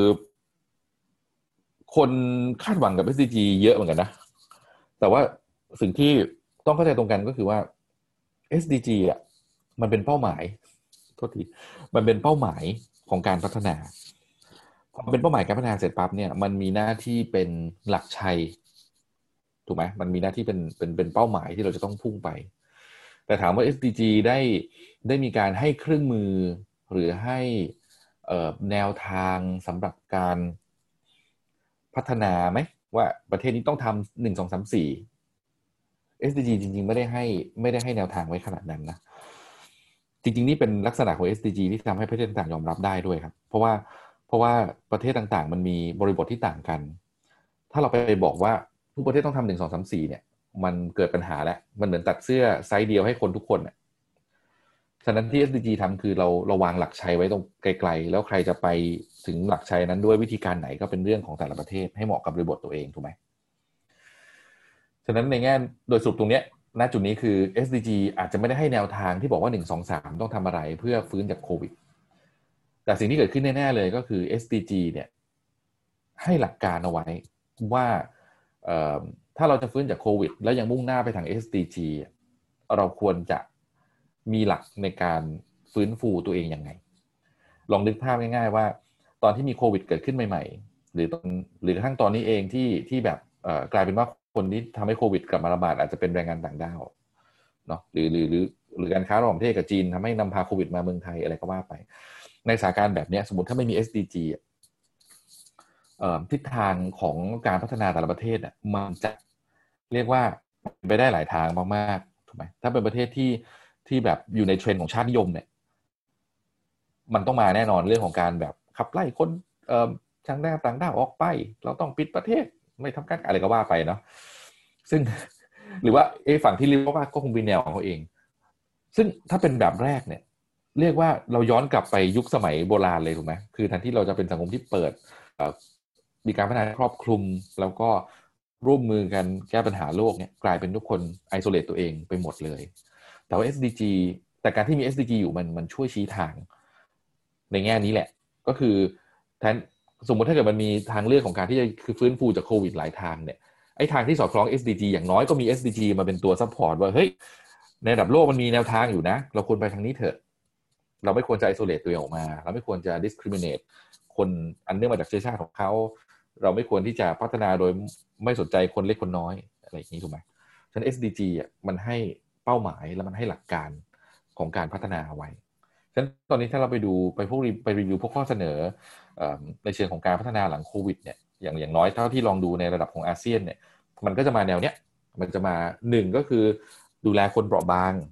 คนคาดหวังกับ SDG เยอะเหมือนกันนะแต่ว่าสิ่งที่ต้องเข้าใจตรงกันก็คือว่า SDG อ่ะมันเป็นเป้าหมายโทษทีมันเป็นเป้าหมายของการพัฒนาพอเป็นเป้าหมายการพัฒนาเสร็จปั๊บเนี่ยมันมีหน้าที่เป็นหลักชัยถูกไหมมันมีหน้าที่เป็นเป้าหมายที่เราจะต้องพุ่งไปแต่ถามว่า SDG ได้มีการให้เครื่องมือหรือให้แนวทางสำหรับการพัฒนาไหมว่าประเทศนี้ต้องทำ1 2 3 4 SDG จริงๆไม่ได้ให้แนวทางไว้ขนาดนั้นนะจริงๆนี่เป็นลักษณะของ SDG ที่ทำให้ประเทศต่างๆยอมรับได้ด้วยครับเพราะว่าประเทศต่างๆมันมีบริบทที่ต่างกันถ้าเราไปบอกว่าทุกประเทศต้องทำ1 2 3 4เนี่ยมันเกิดปัญหาแล้วมันเหมือนตัดเสื้อไซส์เดียวให้คนทุกคนเนี่ยฉะนั้นที่ SDG ทำคือเราวางหลักชัยไว้ตรงไกลๆแล้วใครจะไปถึงหลักชัยนั้นด้วยวิธีการไหนก็เป็นเรื่องของแต่ละประเทศให้เหมาะกับบริบทตัวเองถูกไหมฉะนั้นในแง่โดยสรุปตรงเนี้ยณจุดนี้คือ SDG อาจจะไม่ได้ให้แนวทางที่บอกว่า1 2 3ต้องทำอะไรเพื่อฟื้นจากโควิดแต่สิ่งที่เกิดขึ้นแน่ๆเลยก็คือ SDG เนี่ยให้หลักการเอาไว้ว่าถ้าเราจะฟื้นจากโควิดแล้วยังมุ่งหน้าไปทาง SDG เราควรจะมีหลักในการฟื้นฟูตัวเองยังไงลองนึกภาพง่ายๆว่าตอนที่มีโควิดเกิดขึ้นใหม่ๆหรือกระทั่งตอนนี้เองที่แบบกลายเป็นว่าคนที่ทำให้โควิดกลับมาระบาดอาจจะเป็นแรงงานต่างด้าวเนาะหรือการค้าระหว่างประเทศกับจีนทำให้นำพาโควิดมาเมืองไทยอะไรก็ว่าไปในสถานการณ์แบบนี้สมมติถ้าไม่มี SDG ทิศทางของการพัฒนาแต่ละประเทศเนี่ยมันจะเรียกว่าไปได้หลายทางมากๆถูกไหมถ้าเป็นประเทศที่แบบอยู่ในเทรนด์ของชาตินิยมเนี่ยมันต้องมาแน่นอนเรื่องของการแบบขับไล่คนต่างด้าวออกไปเราต้องปิดประเทศไม่ทำการอะไรก็ว่าไปเนาะซึ่งหรือว่าฝั่งที่เรียกว่าก็คงเป็นแนวของเขาเองซึ่งถ้าเป็นแบบแรกเนี่ยเรียกว่าเราย้อนกลับไปยุคสมัยโบราณเลยถูกไหมคือแทนที่เราจะเป็นสังคมที่เปิดมีการพัฒนาครอบคลุมแล้วก็ร่วมมือกันแก้ปัญหาโลกเนี่ยกลายเป็นทุกคนไอโซเลตตัวเองไปหมดเลยแต่ว่า SDG แต่การที่มี SDG อยู่มันช่วยชี้ทางในแง่นี้แหละก็คือแทนสมมติถ้าเกิดมันมีทางเลือกของการที่จะคือฟื้นฟูจากโควิดหลายทางเนี่ยไอ้ทางที่สอดคล้อง SDG อย่างน้อยก็มี SDG มาเป็นตัวซัพพอร์ตว่าเฮ้ยในระดับโลกมันมีแนวทางอยู่นะเราควรไปทางนี้เถอะเราไม่ควรจะไอโซเลตตัวเองออกมาเราไม่ควรจะ discriminate คนอันเนื่องมาจากเชื้อชาติของเขาเราไม่ควรที่จะพัฒนาโดยไม่สนใจคนเล็กคนน้อยอะไรอย่างนี้ถูกไหมฉะนั้น SDG อ่ะมันให้เป้าหมายและมันให้หลักการของการพัฒนาเอาไว้ฉะนั้นตอนนี้ถ้าเราไปดูไปรีวิวพวกข้อเสนอในเชิงของการพัฒนาหลังโควิดเนี่ยอย่างน้อยเท่าที่ลองดูในระดับของอาเซียนเนี่ยมันก็จะมาแนวเนี้ยมันจะมา1ก็คือดูแลคนเปราะบาง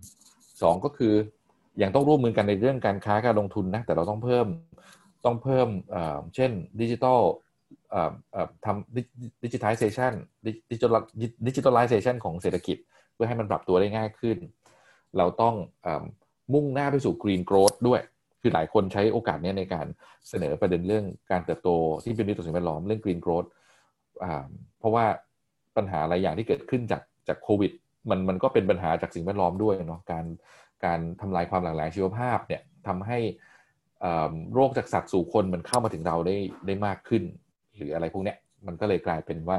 2ก็คือยังต้องร่วมมือกันในเรื่องการค้าการลงทุนนะแต่เราต้องเพิ่มเช่นดิจิทัลทำดิจิทัลไลเซชันดิจิทัลไลเซชันของเศรษฐกิจเพื่อให้มันปรับตัวได้ง่ายขึ้นเราต้องมุ่งหน้าไปสู่ Green Growth ด้วยคือหลายคนใช้โอกาสนี้ในการเสนอประเด็นเรื่องการเติบโตที่เป็นมิตรต่อสิ่งแวดล้อมเรื่อง Green Growth เพราะว่าปัญหาหลายอย่างที่เกิดขึ้นจากโควิดมันก็เป็นปัญหาจากสิ่งแวดล้อมด้วยเนาะการทำลายความหลากหลายชีวภาพเนี่ยทำให้โรคจากสัตว์สู่คนมันเข้ามาถึงเราได้มากขึ้นหรืออะไรพวกนี้มันก็เลยกลายเป็นว่า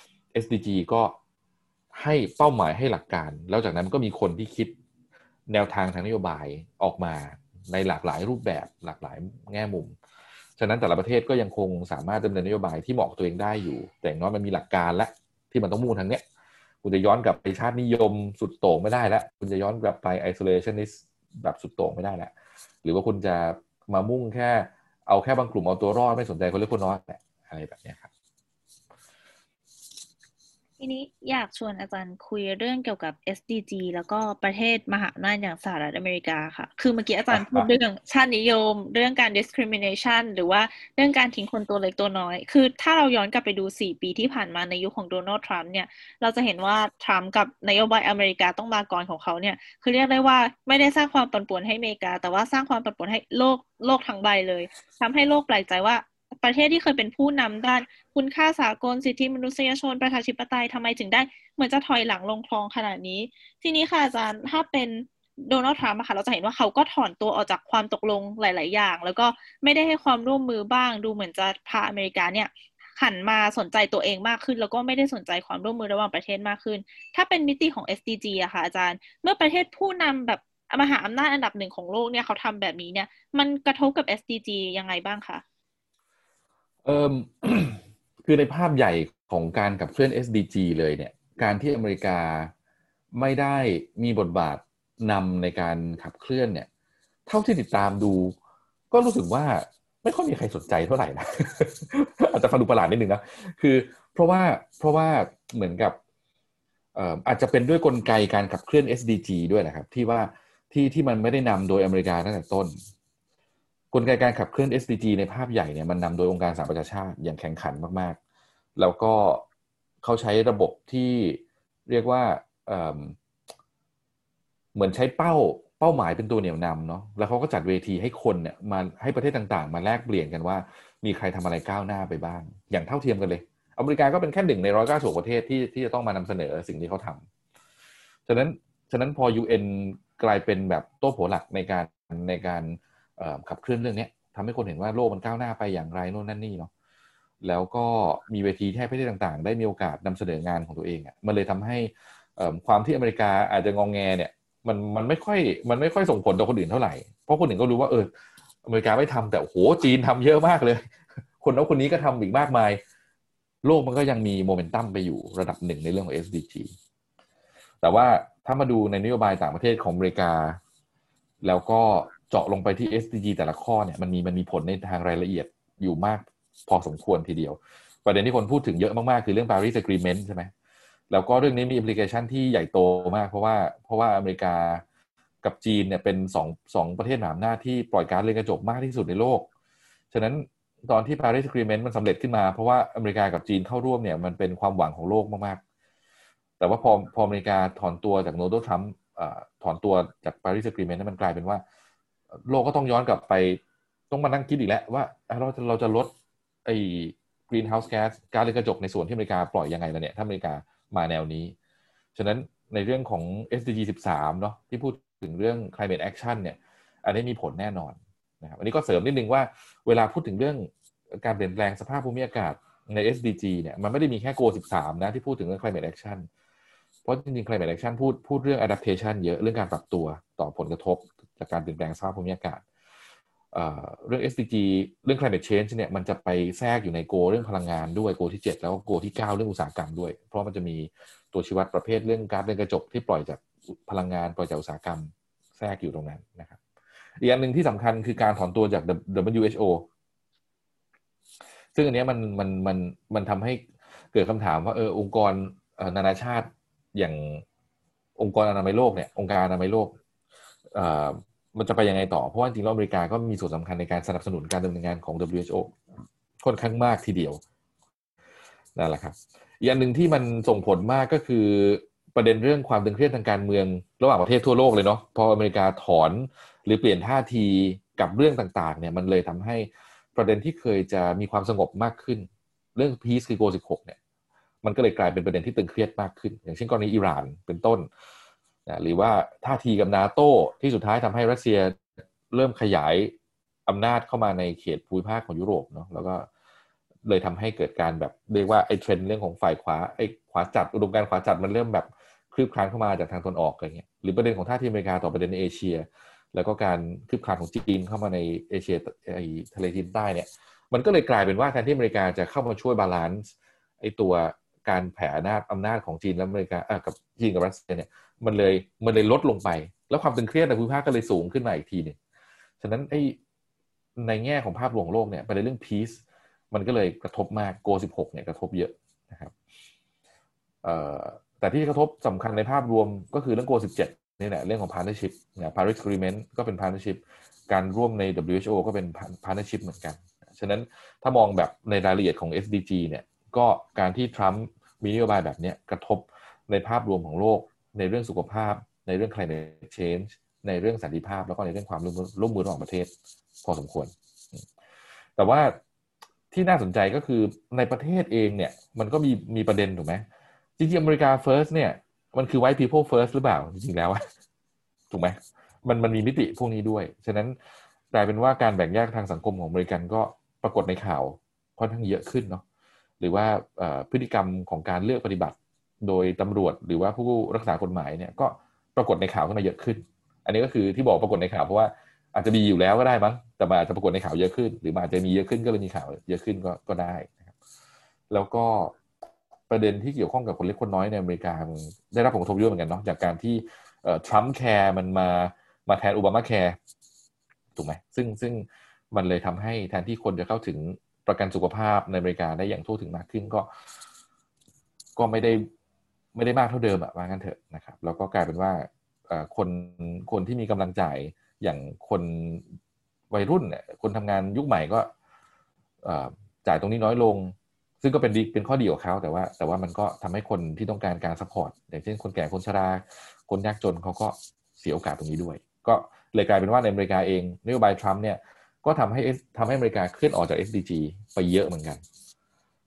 SDG ก็ให้เป้าหมายให้หลักการแล้วจากนั้นก็มีคนที่คิดแนวทางทางนโยบายออกมาในหลากหลายรูปแบบหลากหลายแง่มุมฉะนั้นแต่ละประเทศก็ยังคงสามารถดำเนินนโยบายที่เหมาะกับตัวเองได้อยู่แต่อย่างน้อยมันมีหลักการและที่มันต้องมุ่งทางเนี้ยคุณจะย้อนกลับไปชาตินิยมสุดโต่งไม่ได้แล้วคุณจะย้อนกลับไป isolationist แบบสุดโต่งไม่ได้แล้วหรือว่าคุณจะมามุ่งแค่เอาแค่บางกลุ่มเอาตัวรอดไม่สนใจคนเล็กคนน้อยอะไรแบบนี้ครับทีนี้อยากชวนอาจารย์คุยเรื่องเกี่ยวกับ SDG แล้วก็ประเทศมหาอำนาจอย่างสหรัฐอเมริกาค่ะคือเมื่อกี้อาจารย์พูดเรื่องชาตินิยมเรื่องการ discrimination หรือว่าเรื่องการทิ้งคนตัวเล็กตัวน้อยคือถ้าเราย้อนกลับไปดู4 ปีที่ผ่านมาในยุคของโดนัลด์ทรัมป์เนี่ยเราจะเห็นว่าทรัมป์กับนโยบายอเมริกาต้องมาก่อนของเขาเนี่ยคือเรียกได้ว่าไม่ได้สร้างความปั่นป่วนให้อเมริกาแต่ว่าสร้างความปั่นป่วนให้โลกทั้งใบเลยทำให้โลกแปลกใจว่าประเทศที่เคยเป็นผู้นำด้านคุณค่าสากลสิทธิมนุษยชนประชาธิปไตยทำไมถึงได้เหมือนจะถอยหลังลงคลองขนาดนี้ทีนี้ค่ะอาจารย์ถ้าเป็นโดนัลด์ทรัมป์ค่ะเราจะเห็นว่าเขาก็ถอนตัวออกจากความตกลงหลายๆอย่างแล้วก็ไม่ได้ให้ความร่วมมือบ้างดูเหมือนจะพาอเมริกาเนี่ยหันมาสนใจตัวเองมากขึ้นแล้วก็ไม่ได้สนใจความร่วมมือระหว่างประเทศมากขึ้นถ้าเป็นมิติของ SDG อะค่ะอาจารย์เมื่อประเทศผู้นำแบบมหาอำนาจอันดับหนึ่งของโลกเนี่ยเขาทำแบบนี้เนี่ยมันกระทบกับ SDG ยังไงบ้างคะคือในภาพใหญ่ของการขับเคลื่อน SDG เลยเนี่ยการที่อเมริกาไม่ได้มีบทบาทนำในการขับเคลื่อนเนี่ยเท่าที่ติดตามดูก็รู้สึกว่าไม่ค่อยมีใครสนใจเท่าไหร่นะ อาจจะฟังดูประหลาดนิดนึงนะคือเพราะว่าเหมือนกับอาจจะเป็นด้วยกลไกการขับเคลื่อน SDG ด้วยนะครับที่ว่าที่มันไม่ได้นำโดยอเมริกาตั้งแต่ต้นกลไกการขับเคลื่อน SDG ในภาพใหญ่เนี่ยมันนำโดยองค์การสหประชาชาติอย่างแข่งขันมากๆแล้วก็เขาใช้ระบบที่เรียกว่าเหมือนใช้เป้าหมายเป็นตัวเหนี่ยวนำเนาะแล้วเขาก็จัดเวทีให้คนเนี่ยมาให้ประเทศต่างๆมาแลกเปลี่ยนกันว่ามีใครทำอะไรก้าวหน้าไปบ้างอย่างเท่าเทียมกันเลยอเมริกาก็เป็นแค่1ใน196ประเทศที่จะต้องมานำเสนอสิ่งที่เขาทำฉะนั้นพอ UN กลายเป็นแบบโต้โผหลักในการขับเคลื่อนเรื่องนี้ทำให้คนเห็นว่าโลกมันก้าวหน้าไปอย่างไรโน่นนั่นนี่เนาะแล้วก็มีเวทีที่ให้ประเทศต่างๆได้มีโอกาสนำเสนองานของตัวเองอ่ะมันเลยทำให้ความที่อเมริกาอาจจะงองแงเนี่ยมันไม่ค่อยส่งผลต่อคนอื่นเท่าไหร่เพราะคนอื่นก็รู้ว่าอเมริกาไม่ทำแต่โอ้โหจีนทำเยอะมากเลยคนนั้นคนนี้ก็ทำอีกมากมายโลกมันก็ยังมีโมเมนตัมไปอยู่ระดับหนึ่งในเรื่องของ SDG แต่ว่าถ้ามาดูในนโยบายต่างประเทศของอเมริกาแล้วก็เจาะลงไปที่ SDG แต่ละข้อเนี่ยมันมีผลในทางรายละเอียดอยู่มากพอสมควรทีเดียวประเด็นที่คนพูดถึงเยอะมากๆคือเรื่อง Paris Agreement ใช่ไหมแล้วก็เรื่องนี้มี implication ที่ใหญ่โตมากเพราะว่าอเมริกากับจีนเนี่ยเป็นสองประเทศมหาอำนาจที่ปล่อยก๊าซเรือนกระจกมากที่สุดในโลกฉะนั้นตอนที่ Paris Agreement มันสำเร็จขึ้นมาเพราะว่าอเมริกากับจีนเข้าร่วมเนี่ยมันเป็นความหวังของโลกมากๆแต่ว่าพออเมริกาถอนตัวจากโดนัลด์ทรัมป์ถอนตัวจาก Paris Agreement นั้นมันกลายเป็นว่าโลกก็ต้องย้อนกลับไปต้องมานั่งคิดอีกแล้วว่าเราจะลดไอ้ greenhouse gas ก๊าซเรือนกระจกในส่วนที่อเมริกาปล่อยยังไงล่ะเนี่ยถ้าอเมริกามาแนวนี้ฉะนั้นในเรื่องของ SDG 13เนาะที่พูดถึงเรื่อง climate action เนี่ยอันนี้มีผลแน่นอนนะครับอันนี้ก็เสริมนิดนึงว่าเวลาพูดถึงเรื่องการเปลี่ยนแปลงสภาพภูมิอากาศใน SDG เนี่ยมันไม่ได้มีแค่ Goal 13นะที่พูดถึงเรื่อง climate action เพราะจริงๆ climate action พูดเรื่อง adaptation เยอะเรื่องการปรับตัวต่อผลกระทบจากการเปลี่ยนแปลงสภาพภูมิอากาศเรื่อง SDG เรื่อง climate change เนี่ยมันจะไปแทรกอยู่ในโกเรื่องพลังงานด้วยโกที่7แล้วก็โกที่9เรื่องอุตสาหกรรมด้วยเพราะมันจะมีตัวชี้วัดประเภทเรื่องก๊าซเรือนกระจกที่ปล่อยจากพลังงานปล่อยจากอุตสาหกรรมแทรกอยู่ตรงนั้นนะครับอีกอันหนึ่งที่สำคัญคือการถอนตัวจาก WHO ซึ่งอันนี้มันทำให้เกิดคำถามว่าองค์กรนานาชาติอย่างองค์กรอนามัยโลกเนี่ยองค์การอนามัยโลกมันจะไปยังไงต่อเพราะว่าจริงๆแล้วอเมริกาก็มีส่วนสำคัญในการสนับสนุนการดำเนินงานของ WHO ค่อนข้างมากทีเดียวนั่นแหละครับอีกอันหนึ่งที่มันส่งผลมากก็คือประเด็นเรื่องความตึงเครียดทางการเมืองระหว่างประเทศทั่วโลกเลยเนาะพออเมริกาถอนหรือเปลี่ยนท่าทีกับเรื่องต่างๆเนี่ยมันเลยทำให้ประเด็นที่เคยจะมีความสงบมากขึ้นเรื่อง Peace คือ Goal 16เนี่ยมันก็เลยกลายเป็นประเด็นที่ตึงเครียดมากขึ้นอย่างเช่นกรณีอิหร่านเป็นต้นหรือว่าท่าทีกับนาโต้ที่สุดท้ายทำให้รัสเซียเริ่มขยายอำนาจเข้ามาในเขตภูมิภาคของยุโรปเนาะแล้วก็เลยทำให้เกิดการแบบเรียกว่าไอ้เทรนด์เรื่องของฝ่ายขวาไอ้ขวาจัดอุดมการณ์ขวาจัดมันเริ่มแบบคลืบคลานเข้ามาจากทางตะวันออกอะไรเงี้ยหรือประเด็นของท่าทีอเมริกาต่อประเด็นในเอเชียแล้วก็การคลืบคลานของจีนเข้ามาในเอเชียไอ้ทะเลจีนใต้เนี่ยมันก็เลยกลายเป็นว่าแทนที่อเมริกาจะเข้ามาช่วยบาลานซ์ไอ้ตัวการแผ่อำนาจของจีนและอเมริกากับจีนกับรัสเซียเนี่ยมันเลยลดลงไปแล้วความตึงเครียดในภูมิภาคก็เลยสูงขึ้นมาอีกทีนึงฉะนั้นไอ้ในแง่ของภาพรวมโลกเนี่ยประเด็นเรื่อง peace มันก็เลยกระทบมากโก16เนี่ยกระทบเยอะนะครับแต่ที่กระทบสำคัญในภาพรวมก็คือเรื่องโก17นี่แหละเรื่องของ partnership เนี่ย Paris Agreement ก็เป็น partnership การร่วมใน WHO ก็เป็น partnership เหมือนกันฉะนั้นถ้ามองแบบในรายละเอียดของ SDG เนี่ยก็การที่ทรัมป์มีนโยบายแบบนี้กระทบในภาพรวมของโลกในเรื่องสุขภาพในเรื่อง climate change ในเรื่องสันติภาพแล้วก็ในเรื่องความร่วมมือระหว่างประเทศพอสมควรแต่ว่าที่น่าสนใจก็คือในประเทศเองเนี่ยมันก็มีประเด็นถูกไหมจริงๆอเมริกา first เนี่ยมันคือ white people first หรือเปล่าจริงๆแล้วถูกไหมมันมีมิติพวกนี้ด้วยฉะนั้นกลายเป็นว่าการแบ่งแยกทางสังคมของอเมริกันก็ปรากฏในข่าวค่อนข้างเยอะขึ้นเนาะหรือว่าพฤติกรรมของการเลือกปฏิบัติโดยตำรวจหรือว่าผู้รักษากฎหมายเนี่ยก็ปรากฏในข่าวขึ้นมาเยอะขึ้นอันนี้ก็คือที่บอกปรากฏในข่าวเพราะว่าอาจจะมีอยู่แล้วก็ได้มั้งแต่มันอาจจะปรากฏในข่าวเยอะขึ้นหรือมันอาจจะมีเยอะขึ้นก็เลยมีข่าวเยอะขึ้นก็ได้นะครับแล้วก็ประเด็นที่เกี่ยวข้องกับคนเล็กคนน้อยในอเมริกาได้รับผลกระทบเยอะเหมือนกันเนาะจากการที่ทรัมป์แคร์มันมาแทนโอบามาแคร์ถูกไหมซึ่งมันเลยทำให้แทนที่คนจะเข้าถึงประกันสุขภาพในอเมริกาได้อย่างทั่วถึงมากขึ้นก็ไม่ได้มากเท่าเดิมว่างั้นเถอะนะครับแล้วก็กลายเป็นว่าคนที่มีกำลังจ่ายอย่างคนวัยรุ่นเนี่ยคนทำงานยุคใหม่ก็จ่ายตรงนี้น้อยลงซึ่งก็เป็นข้อดีของเขาแต่ว่ามันก็ทำให้คนที่ต้องการการซัพพอร์ตอย่างเช่นคนแก่คนชราคนยากจนเขาก็เสียโอกาสตรงนี้ด้วยก็เลยกลายเป็นว่าในอเมริกาเองนโยบายทรัมป์เนี่ยก็ทำให้อเมริกาเคลื่อนออกจาก SDG ไปเยอะเหมือนกัน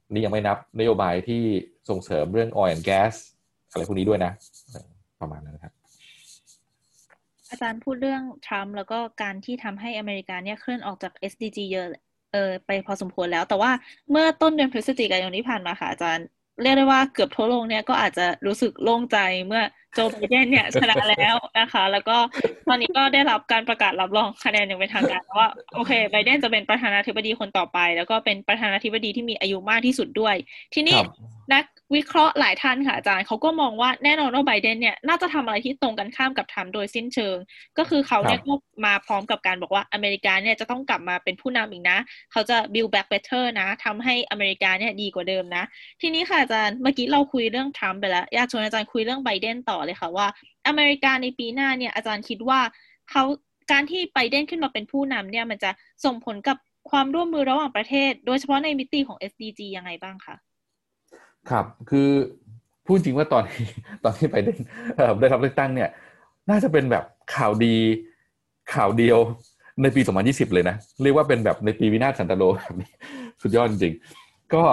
นี่ยังไม่นับนโยบายที่ส่งเสริมเรื่อง oil and gas อะไรพวกนี้ด้วยนะประมาณนั้นครับอาจารย์พูดเรื่องทรัมป์แล้วก็การที่ทำให้อเมริกาเนี่ยเคลื่อนออกจาก SDG เยอะไปพอสมควรแล้วแต่ว่าเมื่อต้นเดือนพฤศจิกายนที่ผ่านมาค่ะอาจารย์เรียกได้ว่าเกือบทั่วโลกเนี่ยก็อาจจะรู้สึกโล่งใจเมื่อโจไบเดนเนี่ยชนะแล้วนะคะแล้วก็ตอนนี้ก็ได้รับการประกาศรับรองคะแนนอย่างเป็นทางการว่าโอเคไบเดนจะเป็นประธานาธิบดีคนต่อไปแล้วก็เป็นประธานาธิบดีที่มีอายุมากที่สุดด้วยทีนี้นักวิเคราะห์หลายท่านค่ะอาจารย์เขาก็มองว่าแน่นอนว่าไบเดนเนี่ยน่าจะทำอะไรที่ตรงกันข้ามกับทรัมป์โดยสิ้นเชิงก็คือเขาเนี่ยก็มาพร้อมกับการบอกว่าอเมริกาเนี่ยจะต้องกลับมาเป็นผู้นำอีกนะเขาจะ build back better นะทำให้อเมริกาเนี่ยดีกว่าเดิมนะทีนี้ค่ะอาจารย์เมื่อกี้เราคุยเรื่องทรัมป์ไปแล้วอยากชวนอาจารย์คุยเรื่องไบเดนต่อเลยค่ะว่าอเมริกาในปีหน้าเนี่ยอาจารย์คิดว่าเขาการที่ไบเดนขึ้นมาเป็นผู้นำเนี่ยมันจะส่งผลกับความร่วมมือระหว่างประเทศโดยเฉพาะในมิติของ SDG ยังไงบ้างคะครับคือพูดจริงว่าตอนที่ไบเดนได้รับเลือกตั้งเนี่ยน่าจะเป็นแบบข่าวดีข่าวเดียวในปี2020เลยนะเรียกว่าเป็นแบบในปีวินาศสันตโลแบบนี้สุดยอดจริงๆก็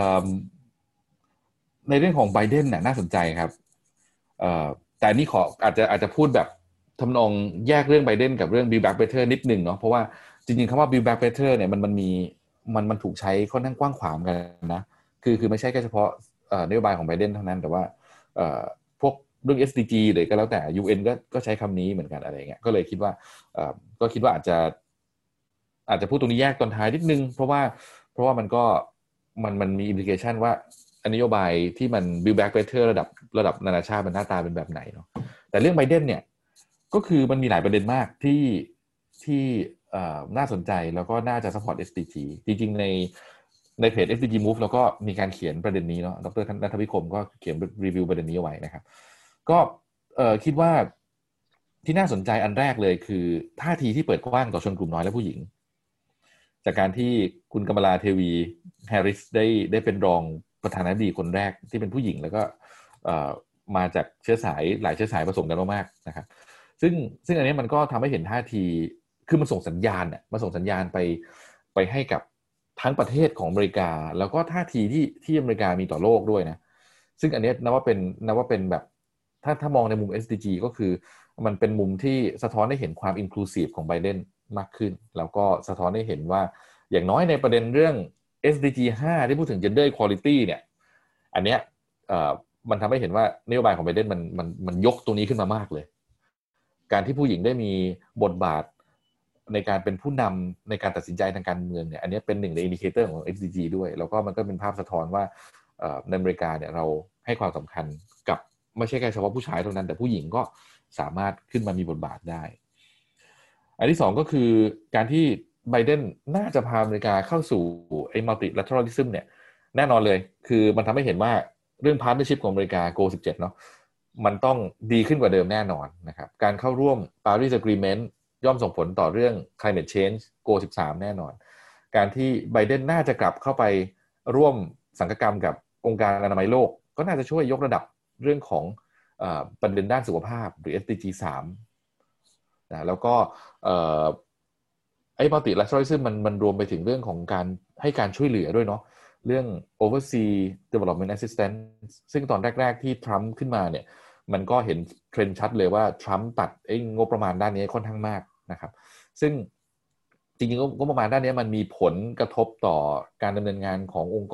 ในเรื่องของไบเดนน่ะน่าสนใจครับแต่นี่ขออาจจะพูดแบบทำนองแยกเรื่องไบเดนกับเรื่อง Build Back Better นิดนึงเนาะเพราะว่าจริงๆคำว่า Build Back Better เนี่ยมันถูกใช้ค่อนข้างกว้างขวางกันนะคือไม่ใช่แค่เฉพาะนโยบายของไบเดนเท่านั้นแต่ว่าพวกเรื่อง SDG หรือก็แล้วแต่ UN ก็ใช้คำนี้เหมือนกันอะไรเงี้ยก็เลยคิดว่าก็คิดว่าอาจจะพูดตรงนี้แยกตอนท้ายนิดนึงเพราะว่ามันมี implication ว่านโยบายที่มัน build back better ระดับนานาชาติมันหน้าตาเป็นแบบไหนเนาะแต่เรื่องไบเดนเนี่ยก็คือมันมีหลายประเด็นมากที่น่าสนใจแล้วก็น่าจะ support SDG จริงๆในเพจ SDG Move แล้วก็มีการเขียนประเด็นนี้เนาะดร.ณัฐวิคมก็เขียนรีวิวประเด็นนี้เอาไว้นะครับก็คิดว่าที่น่าสนใจอันแรกเลยคือท่าทีที่เปิดกว้างต่อชนกลุ่มน้อยและผู้หญิงจากการที่คุณกมลาเทวีแฮร์ริสได้เป็นรองประธานาธิบดีคนแรกที่เป็นผู้หญิงแล้วก็มาจากเชื้อสายหลายเชื้อสายผสมกันมากๆนะครับซึ่งอันนี้มันก็ทำให้เห็นท่าทีคือมันส่งสัญญาณเนี่ยมันส่งสัญญาณไปให้กับทั้งประเทศของอเมริกาแล้วก็ท่าทีที่อเมริกามีต่อโลกด้วยนะซึ่งอันนี้นับว่าเป็นแบบถ้ามองในมุม SDG ก็คือมันเป็นมุมที่สะท้อนให้เห็นความ inclusive ของไบเดนมากขึ้นแล้วก็สะท้อนให้เห็นว่าอย่างน้อยในประเด็นเรื่อง SDG 5 ที่พูดถึง gender equality เนี่ยอันเนี้ยมันทำให้เห็นว่านโยบายของไบเดนมันยกตรงนี้ขึ้นมามากเลยการที่ผู้หญิงได้มีบทบาทในการเป็นผู้นำในการตัดสินใจทางการเมืองเนี่ยอันนี้เป็นหนึ่งในอินดิเคเตอร์ของ SDG ด้วยแล้วก็มันก็เป็นภาพสะท้อนว่าในอเมริกาเนี่ยเราให้ความสำคัญกับไม่ใช่แค่เฉพาะผู้ชายเท่านั้นแต่ผู้หญิงก็สามารถขึ้นมามีบทบาทได้อันที่สองก็คือการที่ไบเดนน่าจะพาอเมริกาเข้าสู่ไอ้ multilateralism เนี่ยแน่นอนเลยคือมันทำให้เห็นว่าเรื่อง partnership ของอเมริกา Go 17เนาะมันต้องดีขึ้นกว่าเดิมแน่นอนนะครับการเข้าร่วม Paris Agreement ย่อมส่งผลต่อเรื่อง climate change Go 13แน่นอนการที่ไบเดนน่าจะกลับเข้าไปร่วมสังฆกรรมกับองค์การอนามัยโลกก็น่าจะช่วยยกระดับเรื่องของประเด็นด้านสุขภาพหรือ SDG 3นะแล้วก็ไอ้ multilateralism มันรวมไปถึงเรื่องของการให้การช่วยเหลือด้วยเนาะเรื่อง oversea development assistance ซึ่งตอนแรกๆที่ทรัมป์ขึ้นมาเนี่ยมันก็เห็นเทรนด์ชัดเลยว่าทรัมป์ตัดงบประมาณด้านนี้ค่อนข้างมากนะครับซึ่งจริงๆงบประมาณด้านนี้มันมีผลกระทบต่อการดำเนินงานขององค์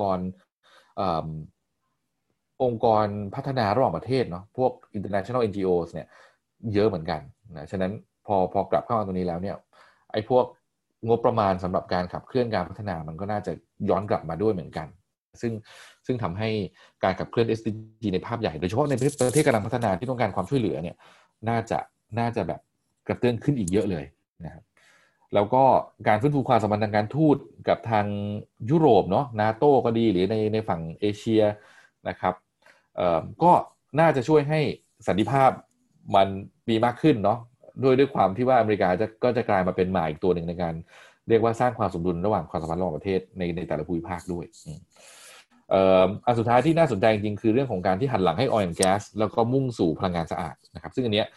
กรพัฒนาระหว่างประเทศเนาะพวก international NGOs เนี่ยเยอะเหมือนกันนะฉะนั้นพอกลับเข้ามาตรงนี้แล้วเนี่ยไอ้พวกงบประมาณสำหรับการขับเคลื่อนการพัฒนามันก็น่าจะย้อนกลับมาด้วยเหมือนกันซึ่งทำให้การขับเคลื่อน SDG ในภาพใหญ่โดยเฉพาะในประเทศกำลังพัฒนาที่ต้องการความช่วยเหลือเนี่ยน่าจะแบบกระเตื้องขึ้นอีกเยอะเลยนะครับแล้วก็การฟื้นฟูความสัมพันธ์ทางการทูตกับทางยุโรปเนาะ NATO ก็ดีหรือในฝั่งเอเชียนะครับก็น่าจะช่วยให้สันติภาพมันมีมากขึ้นเนาะด้วยความที่ว่าอเมริกาก็จะกลายมาเป็นหมายอีกตัวหนึ่งในการเรียกว่าสร้างความสมดุลระหว่างความสัมพันธ์ระหว่างประเทศในแต่ละภูมิภาคด้วยอันสุดท้ายที่น่าสนใจจริงๆคือเรื่องของการที่หันหลังให้ oil and gas แล้วก็มุ่งสู่พลังงานสะอาดนะครับซึ่งอันเนี้ย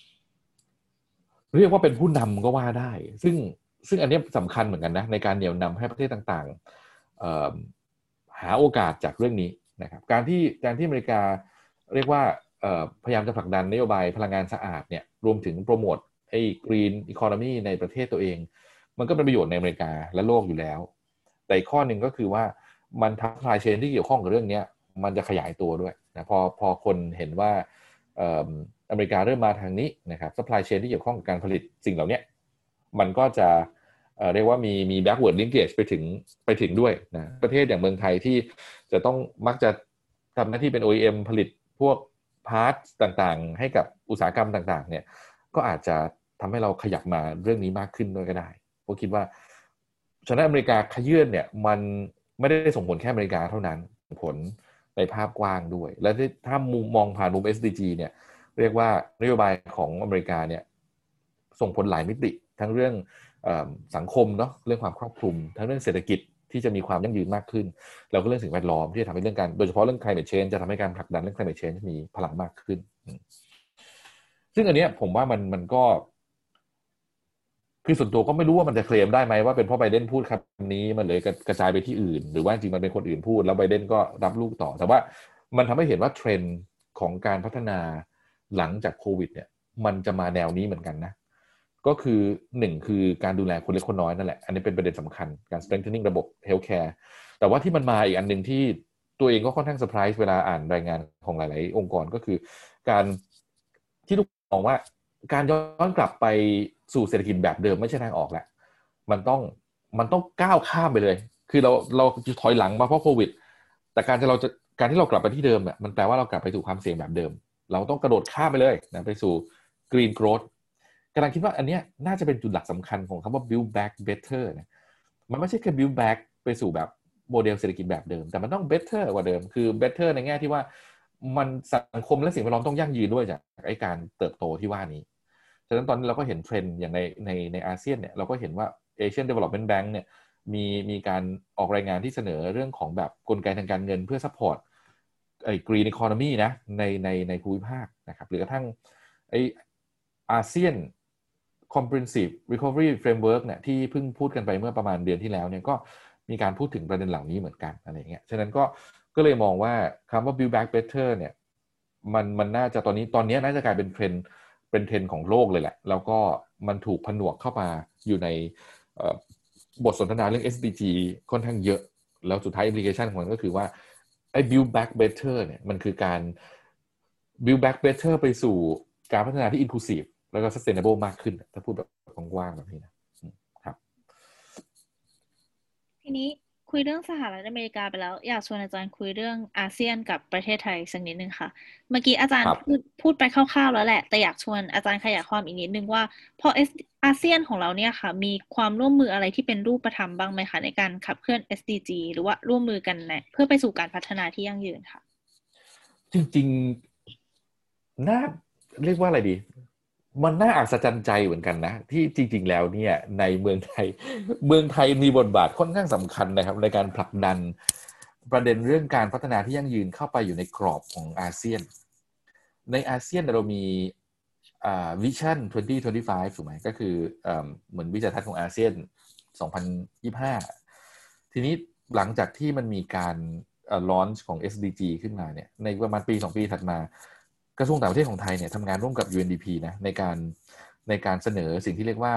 เรียกว่าเป็นผู้นำก็ว่าได้ซึ่งอันนี้สำคัญเหมือนกันนะในการเหนี่ยวนำให้ประเทศต่างๆหาโอกาสจากเรื่องนี้นะครับการที่อเมริกาเรียกว่าพยายามจะผลักดันนโยบายพลังงานสะอาดเนี่ยรวมถึงโปรโมทไอ้ Green Economy ในประเทศตัวเองมันก็เป็นประโยชน์ในอเมริกาและโลกอยู่แล้วแต่อีกข้อหนึ่งก็คือว่ามันทำ supply chain ที่เกี่ยวข้องกับเรื่องนี้มันจะขยายตัวด้วยนะพอคนเห็นว่าอเมริกาเริ่มมาทางนี้นะครับ supply chain ที่เกี่ยวข้องกับการผลิตสิ่งเหล่านี้มันก็จะเรียกว่ามี backward linkage ไปถึงด้วยนะประเทศอย่างเมืองไทยที่จะต้องมักจะทำหน้าที่เป็น OEM ผลิตพวกพาร์ทต่างๆให้กับอุตสาหกรรมต่างๆเนี่ยก็อาจจะทำให้เราขยับมาเรื่องนี้มากขึ้นด้วยก็ได้ผมคิดว่าฉะนั้นอเมริกาขยื่นเนี่ยมันไม่ได้ส่งผลแค่อเมริกาเท่านั้นส่งผลในภาพกว้างด้วยและถ้ามุมมองผ่านมุม SDG เนี่ยเรียกว่านโยบายของอเมริกาเนี่ยส่งผลหลายมิติทั้งเรื่องสังคมเนาะเรื่องความครอบคลุมทั้งเรื่องเศรษฐกิจที่จะมีความยั่งยืนมากขึ้นแล้วก็เรื่องสิ่งแวดล้อมที่จะทำให้เรื่องการโดยเฉพาะเรื่อง climate change จะทำให้การผลักดันเรื่อง climate change มีพลังมากขึ้นซึ่งอันนี้ผมว่ามันก็คือส่วนตัวก็ไม่รู้ว่ามันจะเคลมได้ไหมว่าเป็นเพราะไบเดนพูดคำนี้มันเลยกระจายไปที่อื่นหรือว่าจริงมันเป็นคนอื่นพูดแล้วไบเดนก็รับลูกต่อแต่ว่ามันทำให้เห็นว่าเทรนด์ของการพัฒนาหลังจากโควิดเนี่ยมันจะมาแนวนี้เหมือนกันนะก็คือ1คือการดูแลคนเล็กคนน้อยนั่นแหละอันนี้เป็นประเด็นสำคัญการ strengthening ระบบ healthcare แต่ว่าที่มันมาอีกอันนึงที่ตัวเองก็ค่อนข้างเซอร์ไพรส์เวลาอ่านรายงานของหลายๆองค์กรก็คือการที่ทุกคนมองว่าการย้อนกลับไปสู่เศรษฐกิจแบบเดิมไม่ใช่ทางออกแหละมันต้องก้าวข้ามไปเลยคือเราถอยหลังมาเพราะโควิดแต่การที่เรากลับไปที่เดิมเนี่ยมันแปลว่าเรากลับไปสู่ความเสี่ยงแบบเดิมเราต้องกระโดดข้ามไปเลยนะไปสู่ green growthกำลังคิดว่าอันนี้น่าจะเป็นจุดหลักสำคัญของคำว่า build back better นะมันไม่ใช่แค่ build back ไปสู่แบบโมเดลเศรษฐกิจแบบเดิมแต่มันต้อง better กว่าเดิมคือ better ในแง่ที่ว่ามันสังคมและสิ่งแวดล้อมต้องยั่งยืนด้วยจากไอ้การเติบโตที่ว่านี้ฉะนั้นตอนนี้เราก็เห็นเทรนด์อย่างในอาเซียนเนี่ยเราก็เห็นว่า Asian Development Bank เนี่ยมีการออกรายงานที่เสนอเรื่องของแบบกลไกทางการเงินเพื่อ support ไอ้ green economy นะในภูมิภาคนะครับหรือกระทั่งไอ้อาเซียน Comprehensive Recovery Framework เนี่ยที่เพิ่งพูดกันไปเมื่อประมาณเดือนที่แล้วเนี่ยก็มีการพูดถึงประเด็นเหล่านี้เหมือนกันอะไรเงี้ยฉะนั้นก็เลยมองว่าคำว่า build back better เนี่ยมันน่าจะตอนนี้น่าจะกลายเป็นเทรนด์ของโลกเลยแหละแล้วก็มันถูกผนวกเข้ามาอยู่ในบทสนทนาเรื่อง SDG ค่อนข้างเยอะแล้วสุดท้าย implication ของมันก็คือว่าไอ้ build back better เนี่ยมันคือการ build back better ไปสู่การพัฒนาที่ inclusive แล้วก็ sustainable มากขึ้นถ้าพูดแบบกว้างๆแบบนี้นะครับทีนี้คุยเรื่องสหรัฐอเมริกาไปแล้วอยากชวนอาจารย์คุยเรื่องอาเซียนกับประเทศไทยสักนิดนึงค่ะเมื่อกี้อาจารย์พูดไปคร่าวๆแล้วแหละแต่อยากชวนอาจารย์ขยายความอีกนิดนึงว่าพออาเซียนของเราเนี่ยค่ะมีความร่วมมืออะไรที่เป็นรูปธรรมบ้างไหมคะในการขับเคลื่อน SDG หรือว่าร่วมมือกันเพื่อไปสู่การพัฒนาที่ยั่งยืนค่ะจริงๆน่าเรียกว่าอะไรดีมันน่าอัศจรรย์ใจเหมือนกันนะที่จริงๆแล้วเนี่ยในเมืองไทยมีบทบาทค่อนข้างสำคัญนะครับในการผลักดันประเด็นเรื่องการพัฒนาที่ยั่งยืนเข้าไปอยู่ในกรอบของอาเซียนในอาเซียนเรามีวิชั่น 2025 ถูกไหมก็คือเหมือนวิสัยทัศน์ของอาเซียน 2025 ทีนี้หลังจากที่มันมีการlaunch ของ SDG ขึ้นมาเนี่ยในประมาณปี2ปีถัดมากระทรวงต่างประเทศของไทยเนี่ยทำงานร่วมกับ UNDP นะในการเสนอสิ่งที่เรียกว่า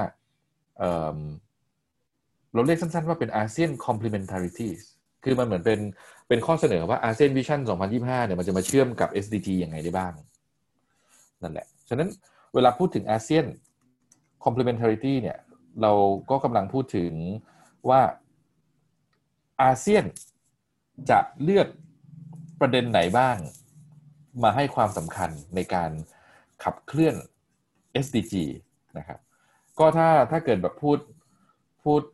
เราเรียกสั้นๆว่าเป็น ASEAN Complementarities คือมันเหมือนเป็นข้อเสนอว่า ASEAN Vision 2025 เนี่ยมันจะมาเชื่อมกับ SDG ยังไงได้บ้างนั่นแหละฉะนั้นเวลาพูดถึง ASEAN Complementarity เนี่ยเราก็กำลังพูดถึงว่าอาเซียนจะเลือกประเด็นไหนบ้างมาให้ความสำคัญในการขับเคลื่อน SDG นะครับก็ถ้าเกิดแบบพูด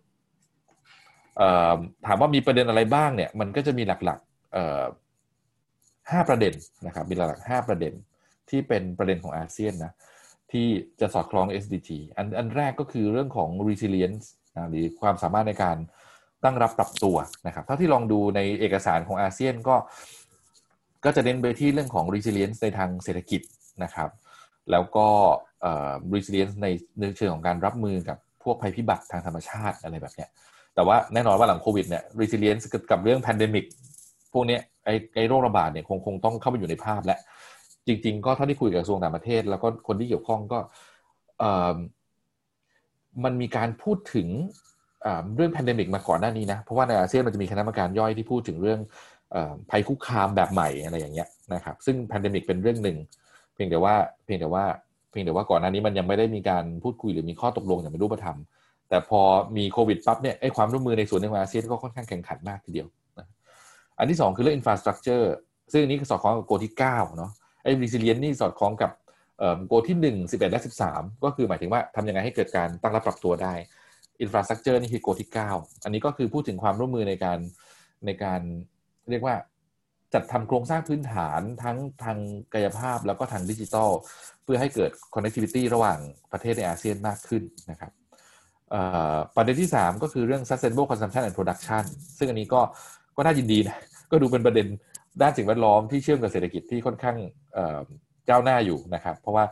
ถามว่ามีประเด็นอะไรบ้างเนี่ยมันก็จะมีหลักๆ5ประเด็นนะครับมีหลักๆ5ประเด็นที่เป็นประเด็นของอาเซียนนะที่จะสอดคล้อง SDG อันแรกก็คือเรื่องของ resilience หรือความสามารถในการตั้งรับปรับตัวนะครับถ้าที่ลองดูในเอกสารของอาเซียนก็จะเน้นไปที่เรื่องของ resilience ในทางเศรษฐกิจนะครับแล้วก็resilience ในเชิงของการรับมือกับพวกภัยพิบัติทางธรรมชาติอะไรแบบเนี้ยแต่ว่าแน่นอนว่าหลังโควิดเนี่ย resilience กับเรื่อง pandemic วกเนี้ยไอ้โรคระบาดเนี่ยคงต้องเข้าไปอยู่ในภาพและจริงๆก็เท่าที่คุยกับกระทรวงต่างประเทศแล้วก็คนที่เกี่ยวข้องก็มันมีการพูดถึงเรื่องแพนเดมิกมาก่อนหน้านี้นะเพราะว่าในอาเซียนมันจะมีคณะกรรมการย่อยที่พูดถึงเรื่องภัยคุกคามแบบใหม่อะไรอย่างเงี้ยนะครับซึ่งแพนเดมิกเป็นเรื่องหนึ่งเพียงแต่ว่าก่อนหน้านี้มันยังไม่ได้มีการพูดคุยหรือมีข้อตกลงอย่างเป็นรูปธรรมแต่พอมีโควิดปั๊บเนี่ยไอ้ความร่วมมือในส่วนของอาเซียนก็ค่อนข้างแข่งขันมากทีเดียวนะอันที่2คือเรื่อง infrastructure ซึ่งอันนี้สอดคล้องกับโกที่9เนาะไอ้ resilience นี่สอดคล้องกับโกที่1 11และ13ก็คือหมายถึงว่าทำยังไงให้เกิดการตั้งรับปรับตัวได้ infrastructure นี่คือโกที่9อันนี้ก็คือพูดถึงความร่วมมือในการเรียกว่าจัดทำโครงสร้างพื้นฐานทั้งทางกายภาพแล้วก็ทางดิจิทัลเพื่อให้เกิด connectivity ระหว่างประเทศในอาเซียนมากขึ้นนะครับประเด็นที่3ก็คือเรื่อง sustainable consumption and production ซึ่งอันนี้ก็น่ายินดีนะก็ดูเป็นประเด็นด้านสิ่งแวดล้อมที่เชื่อมกับเศรษฐกิจที่ค่อนข้างก้าวหน้าอยู่นะครับเพราะว่า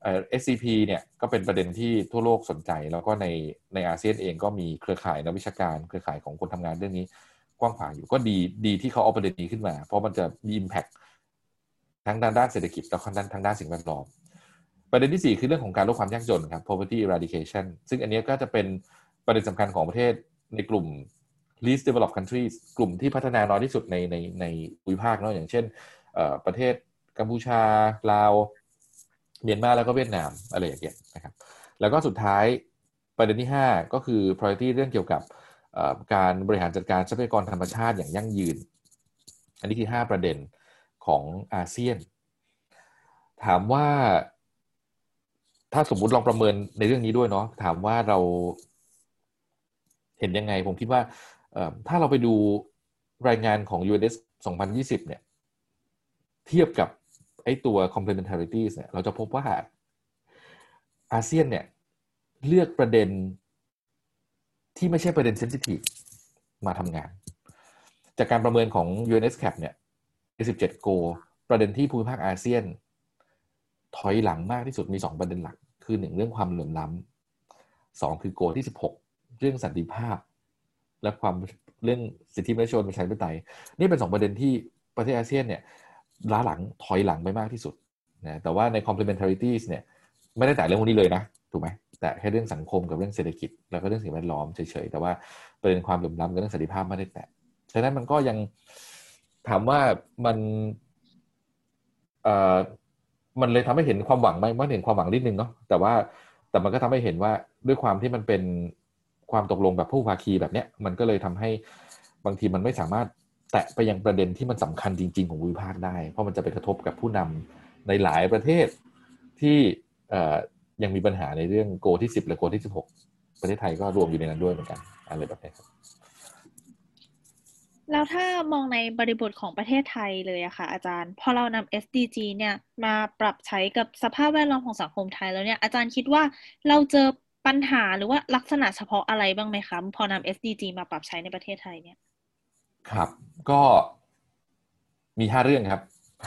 SCP เนี่ยก็เป็นประเด็นที่ทั่วโลกสนใจแล้วก็ในอาเซียนเองก็มีเครือข่ายนักวิชาการเครือข่ายของคนทำงานเรื่องนี้กว้างขวางอยู่ก็ดีที่เขาเอาประเด็นนี้ขึ้นมาเพราะมันจะมี impact ทั้งด้านเศรษฐกิจและทางด้านสิ่งแวดล้อมประเด็นที่4คือเรื่องของการลดความยากจนครับ poverty eradication ซึ่งอันนี้ก็จะเป็นประเด็นสำคัญของประเทศในกลุ่ม least developed countries กลุ่มที่พัฒนาน้อยที่สุดในภูมิภาคเนาะอย่างเช่นประเทศกัมพูชาลาวเมียนมาแล้วก็เวียดนามอะไรอย่างเงี้ยนะครับแล้วก็สุดท้ายประเด็นที่5ก็คือ priority เรื่องเกี่ยวกับการบริหารจัดการทรัพยากรธรรมชาติอย่างยั่งยืนอันนี้คือ5ประเด็นของอาเซียนถามว่าถ้าสมมุติลองประเมินในเรื่องนี้ด้วยเนาะถามว่าเราเห็นยังไงผมคิดว่าถ้าเราไปดูรายงานของ UNES 2020เนี่ยเทียบกับไอ้ตัว complementarities เนี่ยเราจะพบว่าอาเซียนเนี่ยเลือกประเด็นที่ไม่ใช่ประเด็น sensitive มาทำงานจากการประเมินของ UNESCAP เนี่ย17 Go ประเด็นที่ภูมิภาคอาเซียนถอยหลังมากที่สุดมี2ประเด็นหลักคือ1เรื่องความเหลื่อมล้ำ2คือโกที่16เรื่องสันติภาพและเรื่องสิทธิมนุษยชนประชาธิปไตยนี่เป็น2ประเด็นที่ประเทศอาเซียนเนี่ยล้าหลังถอยหลังไปมากที่สุดนะแต่ว่าใน complementarities เนี่ยไม่ได้แตะเรื่องพวกนี้เลยนะถูกไหมแต่แค่เรื่องสังคมกับเรื่องเศรษฐกิจแล้วก็เรื่องสิ่งแวดล้อมเฉยๆแต่ว่าประเด็นความเหลื่อมล้ำกับเรื่องสันติภาพไม่ได้แตะฉะนั้นมันก็ยังถามว่ามันเลยทำให้เห็นความหวังไหมมันเห็นความหวังนิดนึงเนาะแต่มันก็ทำให้เห็นว่าด้วยความที่มันเป็นความตกลงแบบผู้ภาคีแบบเนี้ยมันก็เลยทำให้บางทีมันไม่สามารถแตะไปยังประเด็นที่มันสำคัญจริงๆของภูมิภาคได้เพราะมันจะไปกระทบกับผู้นำในหลายประเทศที่ยังมีปัญหาในเรื่องโกที่10และโกที่16ประเทศไทยก็รวมอยู่ในนั้นด้วยเหมือนกันอะไรแบบนี้ครับแล้วถ้ามองในบริบทของประเทศไทยเลยอะค่ะอาจารย์พอเรานำ SDG เนี่ยมาปรับใช้กับสภาพแวดล้อมของสังคมไทยแล้วเนี่ยอาจารย์คิดว่าเราเจอปัญหาหรือว่าลักษณะเฉพาะอะไรบ้างไหมคะพอนำ SDG มาปรับใช้ในประเทศไทยเนี่ยครับก็มี5เรื่องครับ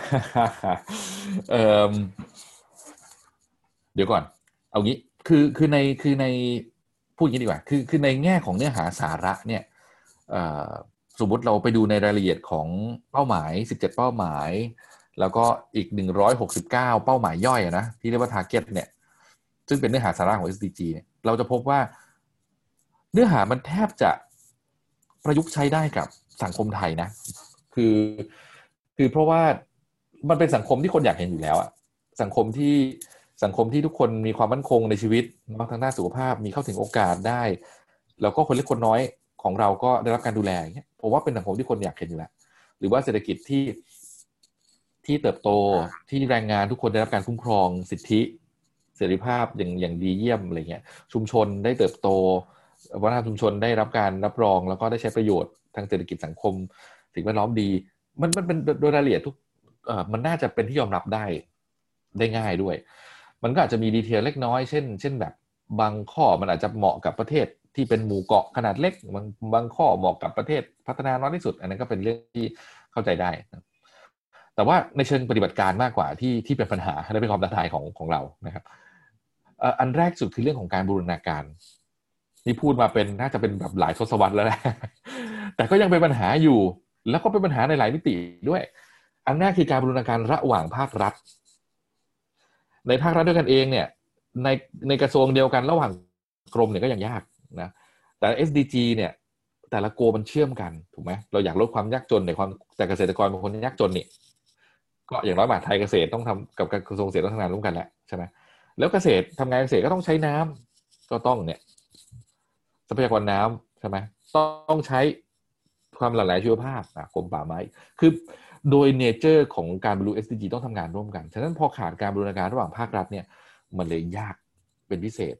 เดี๋ยวก่อนเอางี้คือในพูดอย่างนี้ดีกว่าคือในแง่ของเนื้อหาสาระเนี่ยสมมติเราไปดูในรายละเอียดของเป้าหมาย17เป้าหมายแล้วก็อีก169เป้าหมายย่อยนะที่เรียกว่า target เนี่ยซึ่งเป็นเนื้อหาสาระของ SDG เนี่ยเราจะพบว่าเนื้อหามันแทบจะประยุกต์ใช้ได้กับสังคมไทยนะคือเพราะว่ามันเป็นสังคมที่คนอยากเห็นอยู่แล้วอะสังคมที่ทุกคนมีความมั่นคงในชีวิตทางด้านสุขภาพมีเข้าถึงโอกาสได้แล้วก็คนเล็กคนน้อยของเราก็ได้รับการดูแลอย่างเงี้ยผมว่าเป็นสังคมที่คนอยากเห็นอยู่แล้วหรือว่าเศรษฐกิจที่เติบโตที่แรงงานทุกคนได้รับการคุ้มครองสิทธิเสรีภาพอย่างดีเยี่ยมอะไรเงี้ยชุมชนได้เติบโตวัฒนธรรมชุมชนได้รับการรับรองแล้วก็ได้ใช้ประโยชน์ทางเศรษฐกิจสังคมสิ่งแวดล้อมดีมันเป็นโดยรายละเอียดทุกมันน่าจะเป็นที่ยอมรับได้ง่ายด้วยมันก็อาจจะมีดีเทลเล็กน้อยเช่นแบบบางข้อมันอาจจะเหมาะกับประเทศที่เป็นหมู่เกาะขนาดเล็กบางข้อเหมาะกับประเทศพัฒนาน้อยที่สุดอันนั้นก็เป็นเรื่องที่เข้าใจได้แต่ว่าในเชิงปฏิบัติการมากกว่าที่เป็นปัญหาและเป็นความท้าทายของเรานะครับอันแรกสุดคือเรื่องของการบูรณาการนี่พูดมาเป็นน่าจะเป็นแบบหลายทศวรรษแล้วแหละแต่ก็ยังเป็นปัญหาอยู่แล้วก็เป็นปัญหาในหลายมิติด้วยอันแรกคือการบูรณาการระหว่างภาครัฐในภาครัฐด้วยกันเองเนี่ยในกระทรวงเดียวกันระหว่างกรมเนี่ยก็ยังยากนะแต่ SDG เนี่ยแต่ละโกมันเชื่อมกันถูกไหมเราอยากลดความยากจนในความแต่เกษตรกรบางคนยากจนนี่ก็อย่างน้อยมหาดไทยเกษตรต้องทำกับกระทรวงเกษตรต้องทำงานร่วมกันแหละใช่ไหมแล้วเกษตรทำงานเกษตรก็ต้องใช้น้ำก็ต้องเนี่ยทรัพยากรน้ำใช่ไหมต้องใช้ความหลากหลายชีวภาพกรมป่าไม้คือโดยเนเจอร์ของการบรรลุ SDG ต้องทำงานร่วมกันฉะนั้นพอขาดการบูรณาการระหว่างภาครัฐเนี่ยมันเลยยากเป็นพิเศษ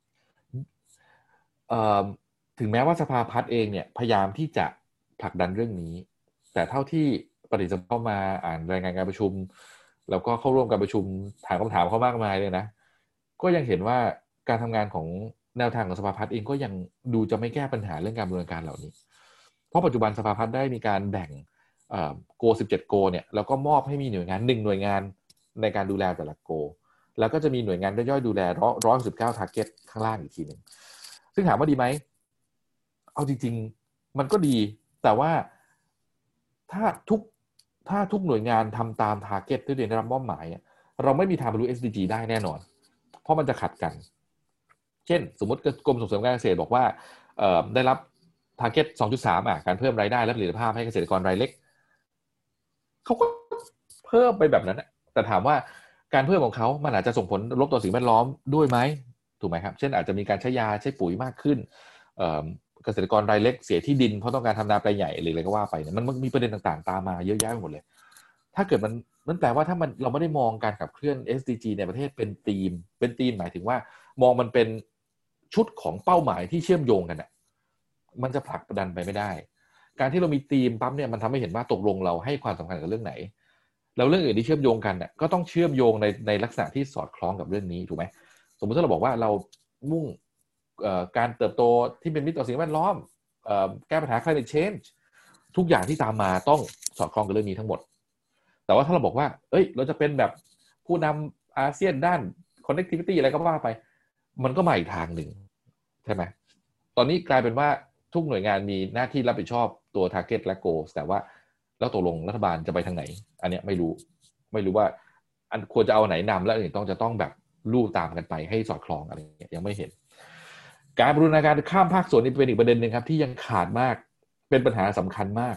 ถึงแม้ว่าสภาพัฒน์เองเนี่ยพยายามที่จะผลักดันเรื่องนี้แต่เท่าที่ปฏิสัมพันธ์เข้ามาอ่านรายงานการประชุมแล้วก็เข้าร่วมการประชุมถามคำถามเขามากมายเลยนะก็ยังเห็นว่าการทำงานของแนวทางของสภาพัฒน์เองก็ยังดูจะไม่แก้ปัญหาเรื่องการบูรณาการเหล่านี้เพราะปัจจุบันสภาพัฒน์ได้มีการแบ่งโก17โกเนี่ยแล้วก็มอบให้มีหน่วยงาน1หน่วยงานในการดูแลแต่ละโกแล้วก็จะมีหน่วยงานย่อยๆดูแล119 target ข้างล่างอีกทีนึงซึ่งถามว่าดีไหมเอาจริงๆมันก็ดีแต่ว่าถ้าทุกหน่วยงานทำตาม target ที่ได้รับมอบหมายเราไม่มีทางบรรลุ SDG ได้แน่นอนเพราะมันจะขัดกันเช่นสมมติกรมส่งเสริมการเกษตรบอกว่าได้รับ target 2.3 การเพิ่มรายได้และผลิตภาพให้เกษตรกรรายเล็กเขาก็เพิ่มไปแบบนั้นแต่ถามว่าการเพิ่มของเขามันอาจจะส่งผลลบต่อสิ่งแวดล้อมด้วยไหมถูกไหมครับเช่นอาจจะมีการใช้ยาใช้ปุ๋ยมากขึ้นเกษตรกรรายเล็กเสียที่ดินเพราะต้องการทำนาแปลงใหญ่หรืออะไรก็ว่าไปเนี่ยมันมีประเด็นต่างๆตามมาเยอะแยะไปหมดเลยถ้าเกิดมันแปลว่าถ้าเราไม่ได้มองการขับเคลื่อน SDG ในประเทศเป็นธีมหมายถึงว่ามองมันเป็นชุดของเป้าหมายที่เชื่อมโยงกันอ่ะมันจะผลักดันไปไม่ได้การที่เรามีธีมปั๊บเนี่ยมันทำให้เห็นว่าตกลงเราให้ความสำคัญกับเรื่องไหนแล้วเรื่องอื่นที่เชื่อมโยงกันเนี่ยก็ต้องเชื่อมโยงในลักษณะที่สอดคล้องกับเรื่องนี้ถูกไหมสมมติถ้าเราบอกว่าเรามุ่งการเติบโตที่เป็นมิตรต่อสิ่งแวดล้อมแก้ปัญหา climate change ทุกอย่างที่ตามมาต้องสอดคล้องกับเรื่องนี้ทั้งหมดแต่ว่าถ้าเราบอกว่าเราจะเป็นแบบผู้นำอาเซียนด้าน connectivity อะไรก็ว่าไปมันก็มาอีกทางหนึ่งใช่ไหมตอนนี้กลายเป็นว่าทุกหน่วยงานมีหน้าที่รับผิดชอบตัว target และ goals แต่ว่าแล้วตกลงรัฐบาลจะไปทางไหนอันนี้ไม่รู้ว่าอันควรจะเอาไหนนำแล้วอื่นจะต้องแบบลู่ตามกันไปให้สอดคล้องอะไรอย่างเงี้ยยังไม่เห็นการบูรณาการข้ามภาคส่วนนี่เป็นอีกประเด็นหนึ่งครับที่ยังขาดมากเป็นปัญหาสำคัญมาก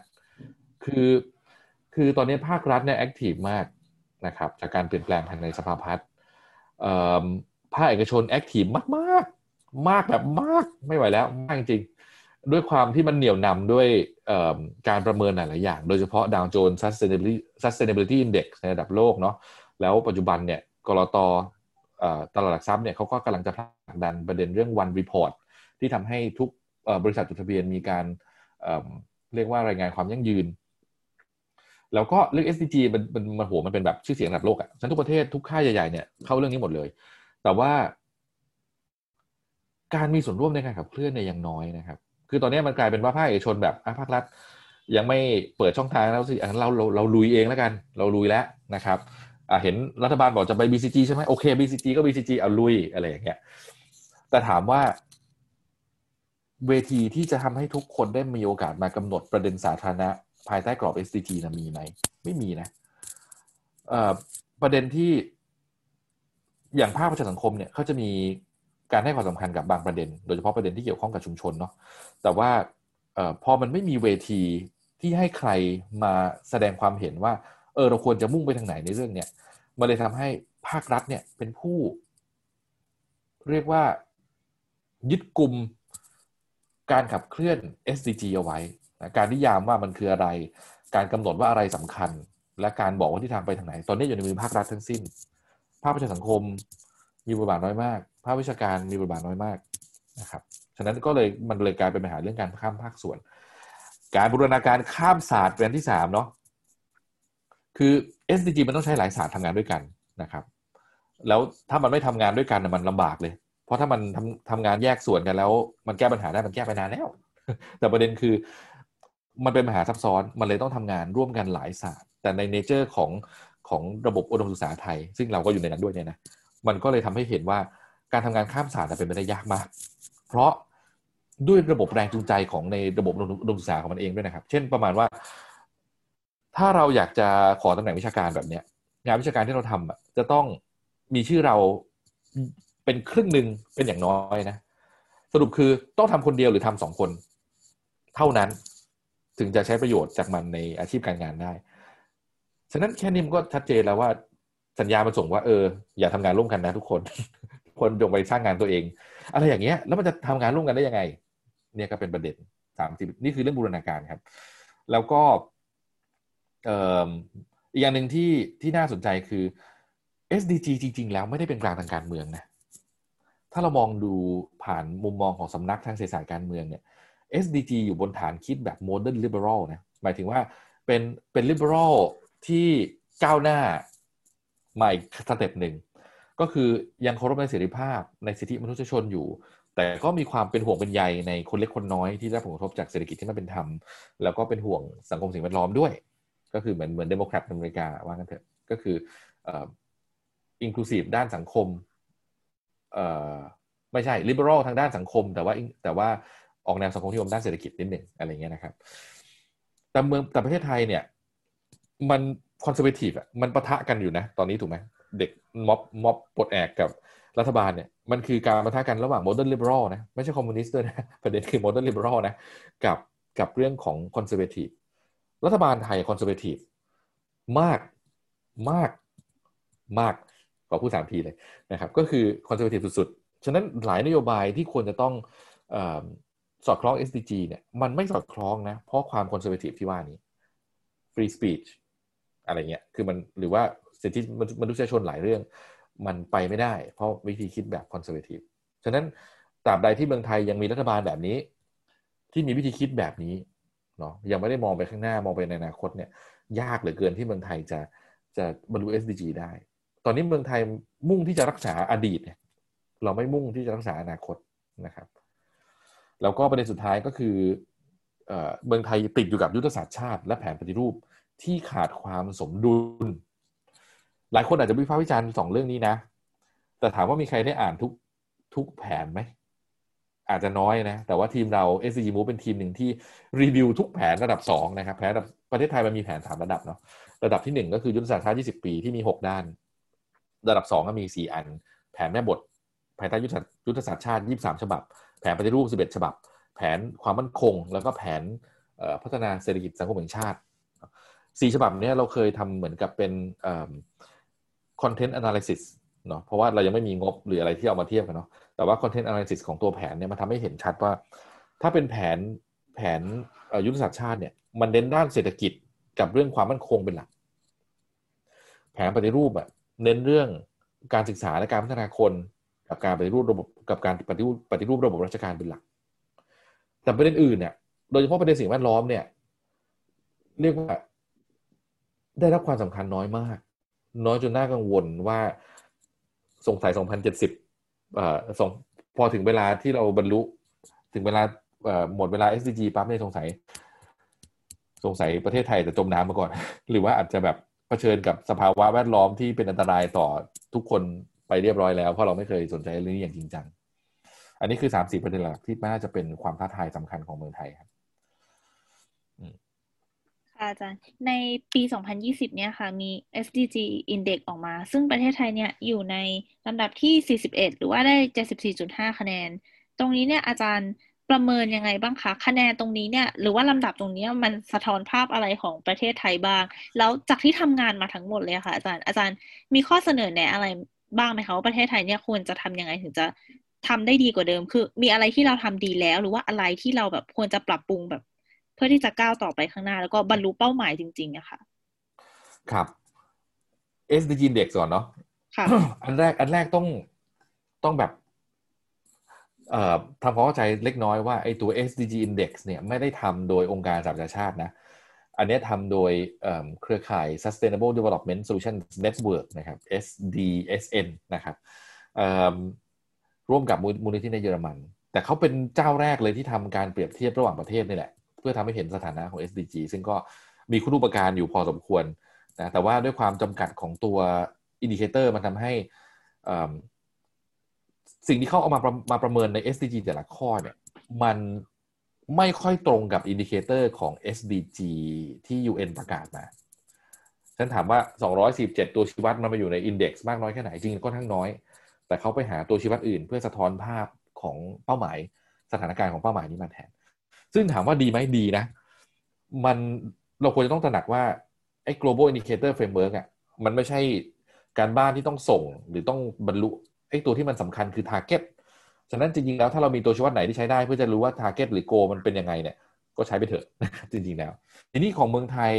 คือตอนนี้ภาครัฐเนี่ยแอคทีฟมากนะครับจากการเปลี่ยนแปลงภายในสภาพัฒน์ภาคเอกชนแอคทีฟมากแบบมากไม่ไหวแล้วมากจริงด้วยความที่มันเหนี่ยวนำด้วยการประเมินหลายๆอย่างโดยเฉพาะ Dow Jones Sustainability Index ในระดับโลกเนาะแล้วปัจจุบันเนี่ยกลต.ตลาดหลักทรัพย์เนี่ยเขาก็กำลังจะผลักดันประเด็นเรื่อง One Report ที่ทำให้ทุกบริษัทจดทะเบียนมีการเรียกว่ารายงานความยั่งยืนแล้วก็เรื่อง SDG มันเป็นแบบชื่อเสียงระดับโลกฉะนั้นทุกประเทศทุกค่ายใหญ่ๆเนี่ยเข้าเรื่องนี้หมดเลยแต่ว่าการมีส่วนร่วมในการขับเคลื่อนเนี่ยยังน้อยนะครับคือตอนนี้มันกลายเป็นว่าภาคเอกชนแบบภาครัฐยังไม่เปิดช่องทางแล้วสิเราลุยเองแล้วกันเราลุยแล้วนะครับเห็นรัฐบาลบอกจะไป BCG ใช่ไหมโอเค BCG ก็ BCG เอาลุยอะไรอย่างเงี้ยแต่ถามว่าเวทีที่จะทำให้ทุกคนได้มีโอกาสมากำหนดประเด็นสาธารณะภายใต้กรอบ SDG นะมีไหมไม่มีนะประเด็นที่อย่างภาคประชาสังคมเนี่ยเขาจะมีการให้ความสำคัญกับบางประเด็นโดยเฉพาะประเด็นที่เกี่ยวข้องกับชุมชนเนาะแต่ว่าพอมันไม่มีเวทีที่ให้ใครมาแสดงความเห็นว่าเราควรจะมุ่งไปทางไหนในเรื่องเนี้ยมันเลยทำให้ภาครัฐเนี่ยเป็นผู้เรียกว่ายึดกลุ่มการขับเคลื่อน SDG เอาไว้การนิยามว่ามันคืออะไรการกำหนดว่าอะไรสำคัญและการบอกว่าที่ทางไปทางไหนตอนนี้อยู่ในมือภาครัฐทั้งสิ้นภาคประชาสังคมมีบทบาทน้อยมากภาควิชาการมีบทบาทน้อยมากนะครับฉะนั้นก็เลยมันเลยกลายเป็นปัญหาเรื่องการข้ามภาคส่วนการบูรณาการข้ามศาสตร์เป็นที่3เนาะคือ SDG มันต้องใช้หลายศาสตร์ทำงานด้วยกันนะครับแล้วถ้ามันไม่ทำงานด้วยกันมันลำบากเลยเพราะถ้ามันทำงานแยกส่วนกันแล้วมันแก้ปัญหาได้มันแก้ไปนานแล้วแต่ประเด็นคือมันเป็นปัญหาซับซ้อนมันเลยต้องทำงานร่วมกันหลายศาสตร์แต่ในเนเจอร์ของระบบอุดมศึกษาไทยซึ่งเราก็อยู่ในนั้นด้วยเนี่ยนะมันก็เลยทำให้เห็นว่าการทำงานข้ามศาสตร์เป็นไปได้ยากมากเพราะด้วยระบบแรงจูงใจของในระบบอุดมศึกษาของมันเองด้วยนะครับเช่นประมาณว่าถ้าเราอยากจะขอตำแหน่งวิชาการแบบเนี้ยงานวิชาการที่เราทำจะต้องมีชื่อเราเป็นครึ่งหนึ่งเป็นอย่างน้อยนะสรุปคือต้องทำคนเดียวหรือทำ2 คนเท่านั้นถึงจะใช้ประโยชน์จากมันในอาชีพการงานได้ฉะนั้นแค่นี้มันก็ชัดเจนแล้วว่าสัญญามันส่งว่าอย่าทำงานร่วมกันนะทุกคนคนจงไปสร้างงานตัวเองอะไรอย่างเงี้ยแล้วมันจะทำงานร่วมกันได้ยังไงเนี่ยก็เป็นประเด็น30นี่คือเรื่องบูรณาการครับแล้วก็อีกอย่างหนึ่งที่น่าสนใจคือ SDG จริงๆแล้วไม่ได้เป็นกลางทางการเมืองนะถ้าเรามองดูผ่านมุมมองของสำนักทางเศรษฐศาสตร์การเมืองเนี่ย SDG อยู่บนฐานคิดแบบ Modern Liberal นะหมายถึงว่าเป็น Liberal ที่ก้าวหน้ามาอีกสเต็ปหนึ่งก็คือยังเคารพในเสรีภาพในสิทธิมนุษยชนอยู่แต่ก็มีความเป็นห่วงเป็นใยในคนเล็กคนน้อยที่ได้ผลกระทบจากเศรษฐกิจที่ไม่เป็นธรรมแล้วก็เป็นห่วงสังคมสิ่งแวดล้อมด้วยก็คือเหมือนเดโมแครตอเมริกาว่ากันเถอะก็คืออินคลูซีฟด้านสังคมไม่ใช่ liberal ทางด้านสังคมแต่ว่าออกแนวสังคมนิยมด้านเศรษฐกิจนิดหนึ่งอะไรเงี้ยนะครับแต่ประเทศไทยเนี่ยมันคอนเซอร์เวทีฟอ่ะมันปะทะกันอยู่นะตอนนี้ถูกไหมเด็กม็อบปลดแอกกับรัฐบาลเนี่ยมันคือการปะทะกันระหว่าง modern liberal นะไม่ใช่คอมมิวนิสต์ด้วยนะประเด็นคือ modern liberal นะกับเรื่องของคอนเซอร์เวทีฟรัฐบาลไทยคอนเซอร์เวทีฟมากขอพูด3 ทีเลยนะครับก็คือคอนเซอร์เวทีฟสุดๆฉะนั้นหลายนโยบายที่ควรจะต้องสอดคล้อง SDG เนี่ยมันไม่สอดคล้องนะเพราะความคอนเซอร์เวทีฟที่ว่านี้ free speech อะไรเงี้ยคือมันหรือว่าสิทธิมนุษยชนหลายเรื่องมันไปไม่ได้เพราะวิธีคิดแบบคอนเซอร์เวทีฟฉะนั้นตราบใดที่เมืองไทยยังมีรัฐบาลแบบนี้ที่มีวิธีคิดแบบนี้เนาะยังไม่ได้มองไปข้างหน้ามองไปในอนาคตเนี่ยยากเหลือเกินที่เมืองไทยจะบรรลุ SDG ได้ตอนนี้เมืองไทยมุ่งที่จะรักษาอดีตเนี่ยเราไม่มุ่งที่จะรักษาอนาคตนะครับแล้วก็ประเด็นสุดท้ายก็คือเมืองไทยติดอยู่กับยุทธศาสตร์ชาติและแผนปฏิรูปที่ขาดความสมดุลหลายคนอาจจะวิพากษ์วิจารณ์2 เรื่องนี้นะแต่ถามว่ามีใครได้อ่านทุกแผนไหมอาจจะน้อยนะแต่ว่าทีมเรา SDG Move เป็นทีมหนึ่งที่รีวิวทุกแผนระดับ2นะครับแผนระดับประเทศไทยมันมีแผน3 ระดับเนาะระดับที่1ก็คือยุทธศาสตร์ชาติ20 ปีที่มี6 ด้านระดับ2ก็มี4 อันแผนแม่บทภายใต้ยุทธศาสตร์ชาติ23 ฉบับแผนปฏิรูป11 ฉบับแผนความมั่นคงแล้วก็แผนพัฒนาเศรษฐกิจสังคมแห่งชาติ4 ฉบับนี้เราเคยทำเหมือนกับเป็นcontent analysis เนาะเพราะว่าเรายังไม่มีงบหรืออะไรที่เอามาเทียบกันเนาะแต่ว่า content analysis ของตัวแผนเนี่ยมันทำให้เห็นชัดว่าถ้าเป็นแผนยุทธศาสตร์ชาติเนี่ยมันเน้นด้านเศรษฐกิจกับเรื่องความมั่นคงเป็นหลักแผนปฏิรูปเน้นเรื่องการศึกษาและการพัฒนาคนกับการปฏิรูประบบกับการปฏิรูประบบราชการเป็นหลักแต่ประเด็นอื่นเนี่ยโดยเฉพาะประเด็นสิ่งแวดล้อมเนี่ยเรียกว่าได้รับความสำคัญน้อยมากน้อยจนน่ากังวลว่าสงสัย2070พอถึงเวลาที่เราบรรลุถึงเวลาหมดเวลา SDG ปั๊บเนี่ยสงสัยประเทศไทยจะจมน้ำมาก่อนหรือว่าอาจจะแบบเผชิญกับสภาวะแวดล้อมที่เป็นอันตรายต่อทุกคนไปเรียบร้อยแล้วเพราะเราไม่เคยสนใจเรื่องนี้อย่างจริงจังอันนี้คือ 3-4 ประเด็นหลักที่น่าจะเป็นความท้าทายสำคัญของเมืองไทยครับค่ะอาจารย์ในปี 2020 เนี่ยค่ะมี SDG Index ออกมาซึ่งประเทศไทยเนี่ยอยู่ในลำดับที่ 41 หรือว่าได้ 74.5 คะแนนตรงนี้เนี่ยอาจารย์ประเมินยังไงบ้างคะคะแนนตรงนี้เนี่ยหรือว่าลำดับตรงนี้มันสะท้อนภาพอะไรของประเทศไทยบ้างแล้วจากที่ทำงานมาทั้งหมดเลยค่ะอาจารย์มีข้อเสนอแนะอะไรบ้างไหมคะว่าประเทศไทยเนี่ยควรจะทำยังไงถึงจะทำได้ดีกว่าเดิมคือมีอะไรที่เราทำดีแล้วหรือว่าอะไรที่เราแบบควรจะปรับปรุงแบบเพื่อที่จะก้าวต่อไปข้างหน้าแล้วก็บรรลุเป้าหมายจริงๆอะค่ะครับ SDG Index ก่อนเนาะค่ะอันแรกต้องแบบทำความเข้าใจเล็กน้อยว่าไอ้ตัว SDG Index เนี่ยไม่ได้ทำโดยองค์การสหประชาชาตินะอันนี้ทำโดยเครือข่าย Sustainable Development Solutions Network นะครับ SDSN นะครับร่วมกับมูลนิธิในเยอรมันแต่เขาเป็นเจ้าแรกเลยที่ทำการเปรียบเทียบระหว่างประเทศนี่แหละเพื่อทำให้เห็นสถานะของ SDG ซึ่งก็มีคุณูปการอยู่พอสมควรนะแต่ว่าด้วยความจำกัดของตัวอินดิเคเตอร์มันทำให้สิ่งที่เขาเอามาประเมินใน SDG แต่ละข้อเนี่ยมันไม่ค่อยตรงกับอินดิเคเตอร์ของ SDG ที่ UN ประกาศมาฉันถามว่า247ตัวชี้วัดมันมาอยู่ในอินเด็กซ์มากน้อยแค่ไหนจริงก็ค่อนข้างน้อยแต่เขาไปหาตัวชี้วัดอื่นเพื่อสะท้อนภาพของเป้าหมายสถานการณ์ของเป้าหมายนี้มาแทนซึ่งถามว่าดีไหมดีนะมันเราควรจะต้องตระหนักว่าไอ้ global indicator framework อ่ะมันไม่ใช่การบ้านที่ต้องส่งหรือต้องบรรลุไอ้ตัวที่มันสำคัญคือ target ฉะนั้นจริงๆแล้วถ้าเรามีตัวชี้วัดไหนที่ใช้ได้เพื่อจะรู้ว่า target หรือ goal มันเป็นยังไงเนี่ยก็ใช้ไปเถอะจริงๆแล้วทีนี้ของเมืองไทย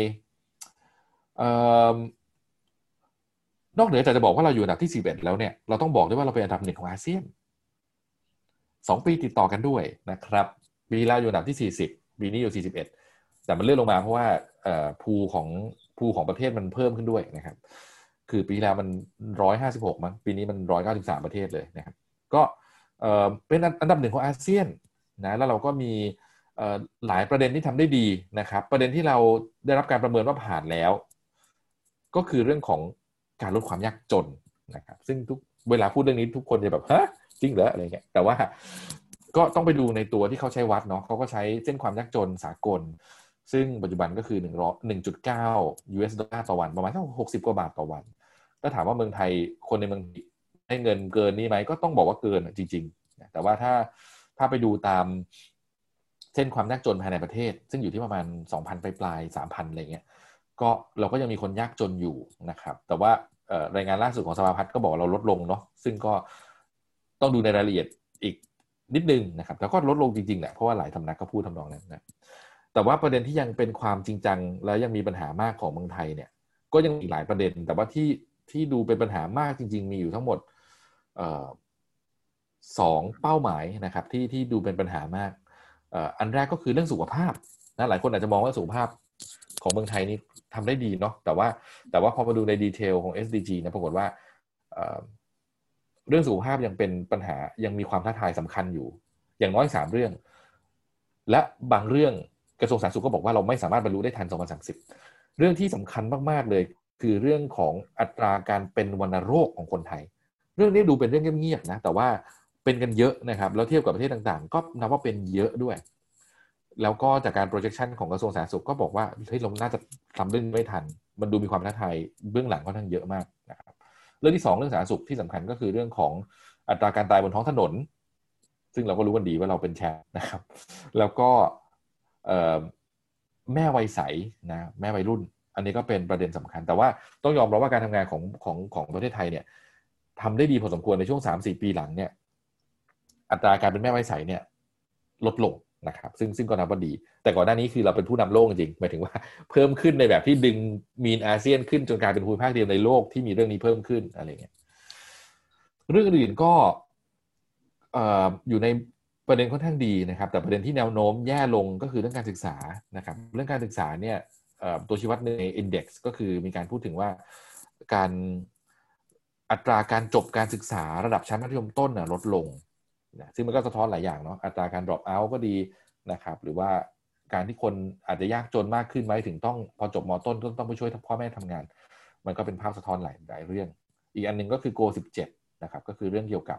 นอกเหนือจากจะบอกว่าเราอยู่อันดับที่11แล้วเนี่ยเราต้องบอกด้วยว่าเราเป็นอันดับ1ของอาเซียน2ปีติดต่อกันด้วยนะครับปีแล้วอยู่อันดับที่40ปีนี้อยู่41แต่มันเลื่อนลงมาเพราะว่าภูของประเทศมันเพิ่มขึ้นด้วยนะครับคือปีแล้วมัน156มั้งปีนี้มัน193ประเทศเลยนะครับก็เป็นอันดับ1ของอาเซียนนะแล้วเราก็มีหลายประเด็นที่ทำได้ดีนะครับประเด็นที่เราได้รับการประเมินว่าผ่านแล้วก็คือเรื่องของการลดความยากจนนะครับซึ่งเวลาพูดเรื่องนี้ทุกคนจะแบบฮะจริงเหรออะไรเงี้ยแต่ว่าก็ต้องไปดูในตัวที่เขาใช้วัดเนาะเขาก็ใช้เส้นความยากจนสากลซึ่งปัจจุบันก็คือ1.9 US ดอลลาร์ต่อวันประมาณ60 กว่าบาทต่อวันถ้าถามว่าเมืองไทยคนในเมืองได้เงินเกินนี้ไหมก็ต้องบอกว่าเกินจริงๆแต่ว่าถ้าไปดูตามเส้นความยากจนภายในประเทศซึ่งอยู่ที่ประมาณ 2,000 ปลาย 3,000 อะไรเงี้ยก็เราก็ยังมีคนยากจนอยู่นะครับแต่ว่ารายงานล่าสุดของสภาพัฒน์ก็บอกเราลดลงเนาะซึ่งก็ต้องดูในรายละเอียดอีกนิดนึงนะครับแล้วก็ลดลงจริงๆแหละเพราะว่าหลายสำนักก็พูดทำนองนั้นนะแต่ว่าประเด็นที่ยังเป็นความจริงจังแล้วยังมีปัญหามากของเมืองไทยเนี่ยก็ยังมีหลายประเด็นแต่ว่าที่ดูเป็นปัญหามากจริงๆมีอยู่ทั้งหมด2เป้าหมายนะครับที่ดูเป็นปัญหามากอันแรกก็คือเรื่องสุขภาพนะหลายคนอาจจะมองว่าสุขภาพของเมืองไทยนี่ทำได้ดีเนาะแต่ว่าพอมาดูในดีเทลของ SDG นะปรากฏว่าเรื่องสุขภาพยังเป็นปัญหายังมีความท้าทายสำคัญอยู่อย่างน้อย3เรื่องและบางเรื่องกระทรวงสาธารณสุขก็บอกว่าเราไม่สามารถบรรลุได้ทัน2030เรื่องที่สำคัญมากๆเลยคือเรื่องของอัตราการเป็นวัณโรคของคนไทยเรื่องนี้ดูเป็นเรื่องเงียบๆนะแต่ว่าเป็นกันเยอะนะครับแล้วเทียบกับประเทศต่างๆก็นับว่าเป็นเยอะด้วยแล้วก็จากการ projection ของกระทรวงสาธารณสุขก็บอกว่าเฮ้ยเราน่าจะทำเรื่องไม่ทันมันดูมีความท้าทายเบื้องหลังค่อนข้างเยอะมากนะครับเรื่องที่2เรื่องสาธารณสุขที่สำคัญก็คือเรื่องของอัตราการตายบนท้องถนนซึ่งเราก็รู้กันดีว่าเราเป็นแชมป์นะครับแล้วก็แม่วัยใสนะแม่วัยรุ่นอันนี้ก็เป็นประเด็นสำคัญแต่ว่าต้องยอมรับว่าการทำงานของประเทศไทยเนี่ยทำได้ดีพอสมควรในช่วง 3-4 ปีหลังเนี่ยอัตราการเป็นแม่วัยใสเนี่ยลดลงนะครับซึ่งก็นับว่าดีแต่ก่อนหน้านี้คือเราเป็นผู้นำโลกจริงหมายถึงว่าเพิ่มขึ้นในแบบที่ดึงมีนอาเซียนขึ้นจนกลายเป็นภูมิภาคเดียวในโลกที่มีเรื่องนี้เพิ่มขึ้นอะไรเงี้ยเรื่องอื่นก็อยู่ในประเด็นค่อนข้างดีนะครับแต่ประเด็นที่แนวโน้มแย่ลงก็คือเรื่องการศึกษานะครับเรื่องการศึกษาเนี่ยตัวชี้วัดใน Index ก็คือมีการพูดถึงว่าการอัตราการจบการศึกษาระดับชั้นมัธยมต้นลดลงนะซึ่งมันก็สะท้อนหลายอย่างเนาะอัตราการ drop out ก็ดีนะครับหรือว่าการที่คนอาจจะยากจนมากขึ้นไหมถึงต้องพอจบม.ต้นก็ต้องไปช่วยพ่อแม่ทำงานมันก็เป็นภาพสะท้อนหลายเรื่องอีกอันนึงก็คือ Goal 17นะครับก็คือเรื่องเกี่ยวกับ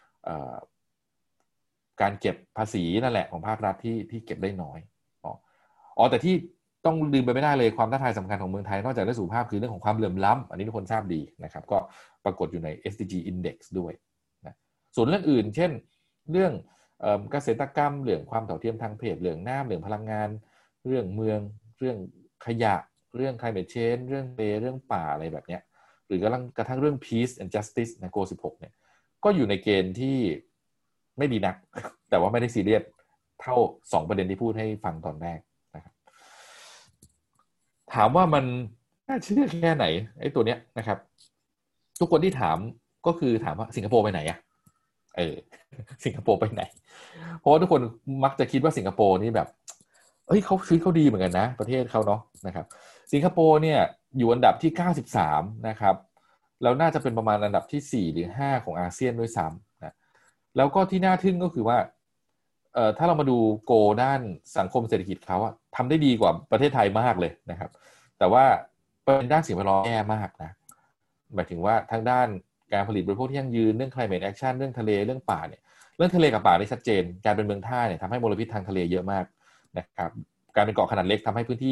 การเก็บภาษีนั่นแหละของภาครัฐที่เก็บได้น้อยแต่ที่ต้องลืมไปไม่ได้เลยความท้าทายสำคัญของเมืองไทยนอกจากเรื่องสุขภาพคือเรื่องของความเหลื่อมล้ำอันนี้ทุกคนทราบดีนะครับก็ปรากฏอยู่ใน SDG Index ด้วยนะส่วนเรื่องอื่นเช่นเรื่องเกษตรกรรมเรื่องความเท่าเทียมทางเพศเรื่องน้ำเรื่องพลังงานเรื่องเมืองเรื่องขยะเรื่อง climate change เรื่องป่าอะไรแบบเนี้ยหรือกระทั่งเรื่อง peace and justice ใน Goal 16เนี่ยก็อยู่ในเกณฑ์ที่ไม่ดีนักแต่ว่าไม่ได้ซีเรียสเท่า2ประเด็นที่พูดให้ฟังตอนแรกนะครับถามว่ามันน่าเชื่อแค่ไหนไอ้ตัวเนี้ยนะครับทุกคนที่ถามก็คือถามว่าสิงคโปร์ไปไหนอะสิงคโปร์ไปไหนเพราะว่าทุกคนมักจะคิดว่าสิงคโปร์นี่แบบเขาชีวิตเขาดีเหมือนกันนะประเทศเขาเนาะนะครับสิงคโปร์เนี่ยอยู่อันดับที่93นะครับแล้วน่าจะเป็นประมาณอันดับที่4หรือ5ของอาเซียนด้วยซ้ำนะแล้วก็ที่น่าทึ่งก็คือว่าถ้าเรามาดูโกด้านสังคมเศรษฐกิจเขาทำได้ดีกว่าประเทศไทยมากเลยนะครับแต่ว่าเป็นด้านสิ่งแวดล้อมแย่มากนะหมายถึงว่าทางด้านการผลิตบริโภคที่ยั่งยืนเรื่อง climate action เรื่องทะเลเรื่องป่าเนี่ยเรื่องทะเลกับป่านี่ชัดเจนการเป็นเมืองท่าเนี่ยทำให้มลพิษทางทะเลเยอะมากนะครับการเป็นเกาะขนาดเล็กทำให้พื้นที่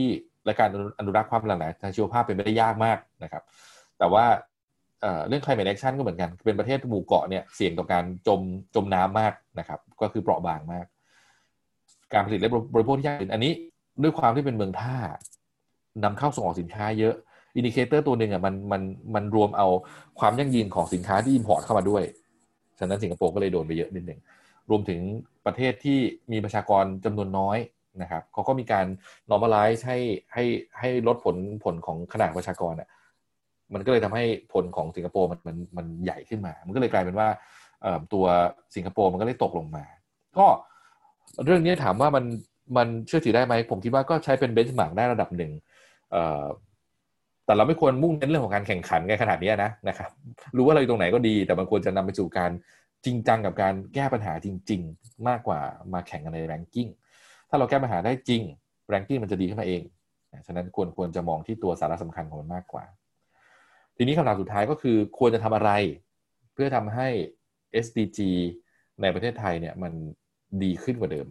และการอนุรักษ์ความหลากหลายทางชีวภาพเป็นไปได้ยากมากนะครับแต่ว่าเรื่อง climate action ก็เหมือนกันเป็นประเทศหมู่เกาะเนี่ยเสี่ยงต่อการจมน้ำมากนะครับก็คือเปราะบางมากการผลิตและบริโภคที่ยากอันนี้ด้วยความที่เป็นเมืองท่านำเข้าส่งออกสินค้าเยอะอินดิเคเตอร์ตัวหนึ่งอ่ะมันรวมเอาความยั่งยืนของสินค้าที่อิมพอร์ตเข้ามาด้วยฉะนั้นสิงคโปร์ก็เลยโดนไปเยอะนิดนึงรวมถึงประเทศที่มีประชากรจำนวนน้อยนะครับเขาก็มีการ normalize ให้ลดผลของขนาดประชากรอ่ะมันก็เลยทำให้ผลของสิงคโปร์มันใหญ่ขึ้นมามันก็เลยกลายเป็นว่าตัวสิงคโปร์มันก็เลยตกลงมาก็เรื่องนี้ถามว่ามันเชื่อถือได้ไหมผมคิดว่าก็ใช้เป็นเบนช์มาร์กได้ระดับหนึ่งแต่เราไม่ควรมุ่งเน้นเรื่องของการแข่งขันกันขนาดนี้นะครับรู้ว่าเราอยู่ตรงไหนก็ดีแต่มันควรจะนำไปสู่การจริงจังกับการแก้ปัญหาจริงๆมากกว่ามาแข่งกันในแรงกิ้งถ้าเราแก้ปัญหาได้จริงแรงกิ้งมันจะดีขึ้นมาเองฉะนั้นควรจะมองที่ตัวสาระสำคัญของมันมากกว่าทีนี้คำถามสุดท้ายก็คือควรจะทำอะไรเพื่อทำให้ SDG ในประเทศไทยเนี่ยมันดีขึ้นกว่าเดิม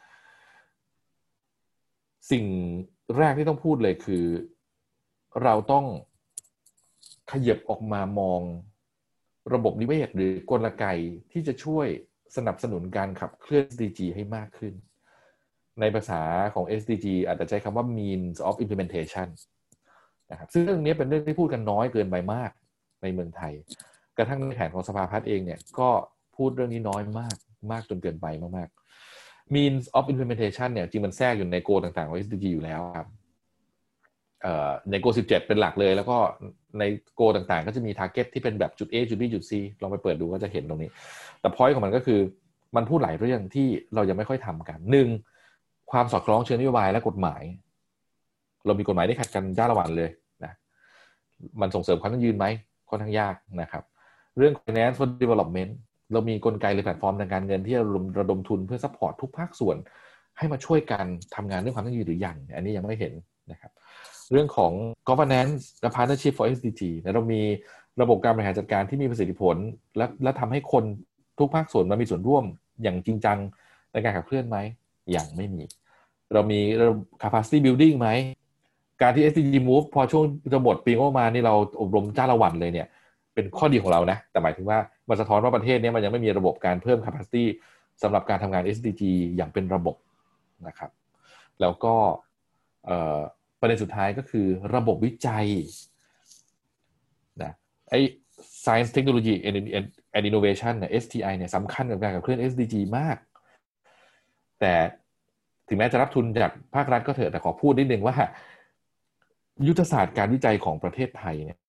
สิ่งแรกที่ต้องพูดเลยคือเราต้องขยับออกมามองระบบนิเวศหรือกลไกที่จะช่วยสนับสนุนการขับเคลื่อน SDG ให้มากขึ้นในภาษาของ SDG อาจจะใช้คำว่า means of implementation นะครับซึ่งเรื่องนี้เป็นเรื่องที่พูดกันน้อยเกินไปมากในเมืองไทยกระทั่งในแผนของสภาพัฒน์เองเนี่ยก็พูดเรื่องนี้น้อยมากจนเกินไปมากๆ means of implementation เนี่ยจริงมันแทรกอยู่ในโกต่างๆของ SDG อยู่แล้วครับในโก17เป็นหลักเลยแล้วก็ในโกต่างๆก็จะมี target ที่เป็นแบบจุด A จุด B จุด C ลองไปเปิดดูก็จะเห็นตรงนี้แต่ point ของมันก็คือมันพูดหลายเรื่องที่เรายังไม่ค่อยทำกัน1ความสอดคล้องเชิงนโยบายและกฎหมายเรามีกฎหมายที่ขัดกันจ้าละวันเลยนะมันส่งเสริมความยั่งยืนไหมค่อนข้างยากนะครับเรื่อง finance for development เรามีกลไกหรือแพลตฟอร์มทางการเงินที่ระดมทุนเพื่อซัพพอร์ตทุกภาคส่วนให้มาช่วยกันทำงานเรื่องความยั่งยืนหรือยังอันนี้ยังไม่เห็นนะครับเรื่องของ governance และ partnership for SDG เรามีระบบการบริหารจัดการที่มีประสิทธิผลและทำให้คนทุกภาคส่วนมามีส่วนร่วมอย่างจริงจังในการขับเคลื่อนไหมยังไม่มีเรามี capacity building ไหมการที่ SDG move พอช่วงจะหมดปีงบมานี่เราอบรมจ้าละวันเลยเนี่ยเป็นข้อดีของเรานะแต่หมายถึงว่ามันสะท้อนว่าประเทศนี้มันยังไม่มีระบบการเพิ่ม capacity สำหรับการทำงาน SDG อย่างเป็นระบบนะครับแล้วก็ประเด็นสุดท้ายก็คือระบบวิจัยนะไอ้ Science Technology and Innovation เนี่ย STI เนี่ยสำคัญกับการขับเคลื่อน SDG มากแต่ถึงแม้จะรับทุนจากภาครัฐก็เถอะแต่ขอพูดนิดนึงว่ายุทธศาสตร์การวิจัยของประเทศไทยเนี่ย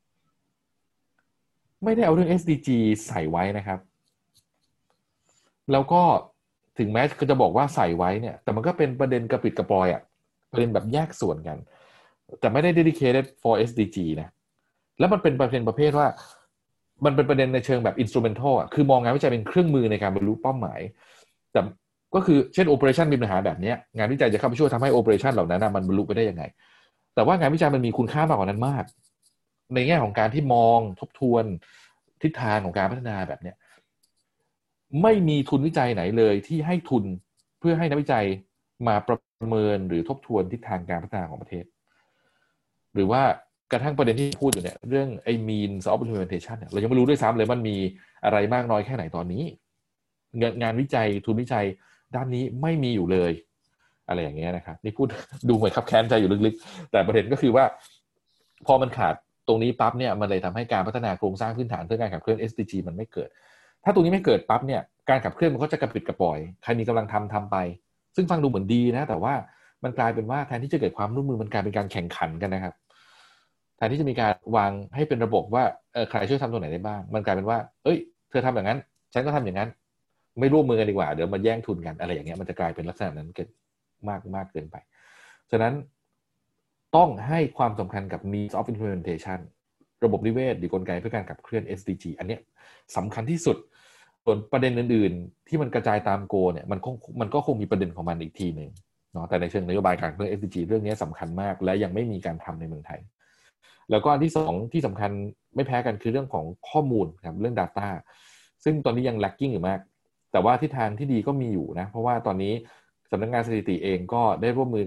ไม่ได้เอาเรื่อง SDG ใส่ไว้นะครับแล้วก็ถึงแม้จะบอกว่าใส่ไว้เนี่ยแต่มันก็เป็นประเด็นกระปิดกระปอยอ่ะประเด็นแบบแยกส่วนกันแต่ไม่ได้ dedicated for SDG นะแล้วมันเป็นประเด็นประเภทว่ามันเป็นประเด็นในเชิงแบบ instrumental อ่ะคือมองงานวิจัยเป็นเครื่องมือในการบรรลุเป้าหมายแต่ก็คือเช่น operation มีปัญหาแบบนี้งานวิจัยจะเข้าไปช่วยทำให้ operation เหล่านั้นมันบรรลุไปได้ยังไงแต่ว่างานวิจัยมันมีคุณค่ามากกว่านั้นมากในแง่ของการที่มองทบทวนทิศทางของการพัฒนาแบบนี้ไม่มีทุนวิจัยไหนเลยที่ให้ทุนเพื่อให้นักวิจัยมาประเมินหรือทบทวนทิศทางการพัฒนาของประเทศหรือว่ากระทั่งประเด็นที่พูดอยู่เนี่ยเรื่องไอ้ means of implementation เนี่ยเรายังไม่รู้ด้วยซ้ำเลยมันมีอะไรมากน้อยแค่ไหนตอนนี้งานวิจัยทุนวิจัยด้านนี้ไม่มีอยู่เลยอะไรอย่างเงี้ยนะครับนี่พูดดูเหมือนคับแค้นใจอยู่ลึกๆแต่ประเด็นก็คือว่าพอมันขาดตรงนี้ปั๊บเนี่ยมันเลยทำให้การพัฒนาโครงสร้างพื้นฐานเพื่อการขับเคลื่อน SDG มันไม่เกิดถ้าตรงนี้ไม่เกิดปั๊บเนี่ยการขับเคลื่อนมันก็จะกระปิดกระปอยใครมีกำลังทำไปซึ่งฟังดูเหมือนดีนะแต่ว่ามันกลายเป็นว่าแทนที่จะเกิดความร่วมมือมันกลายเป็นการแข่งขันกันนะครับแทนที่จะมีการวางให้เป็นระบบว่าใครช่วยทำตรงไหนได้บ้างมันกลายเป็นว่าเอ้ยเธอทำอย่างนั้นฉันก็ทำอย่างนั้นไม่ร่วมมือกันดีกว่าเดี๋ยวมาแย่งทุนกันอะไรอย่างเงี้ยมันจะกลายเป็นลักษณะนั้นเกิดมากเกินไปฉะนั้นต้องให้ความสำคัญกับ means of implementation ระบบนิเวศหรือกลไกเพื่อการขับเคลื่อน SDG อันนี้สำคัญที่สุดส่วนประเด็นอื่นๆที่มันกระจายตามโกเนี่ยมันก็คงมีประเด็นของมันอีกทีหนึ่งเนาะแต่ในเชิงนโยบายการขับเคลื่อน SDG เรื่องนี้สำคัญมากและยังไม่มีการทำในเมืองไทยแล้วก็อันที่สองที่สำคัญไม่แพ้กันคือเรื่องของข้อมูลครับเรื่อง data ซึ่งตอนนี้ยัง lacking อยู่มากแต่ว่าทิศทางที่ดีก็มีอยู่นะเพราะว่าตอนนี้สำนักงานสถิติเองก็ได้ร่วมมือกับ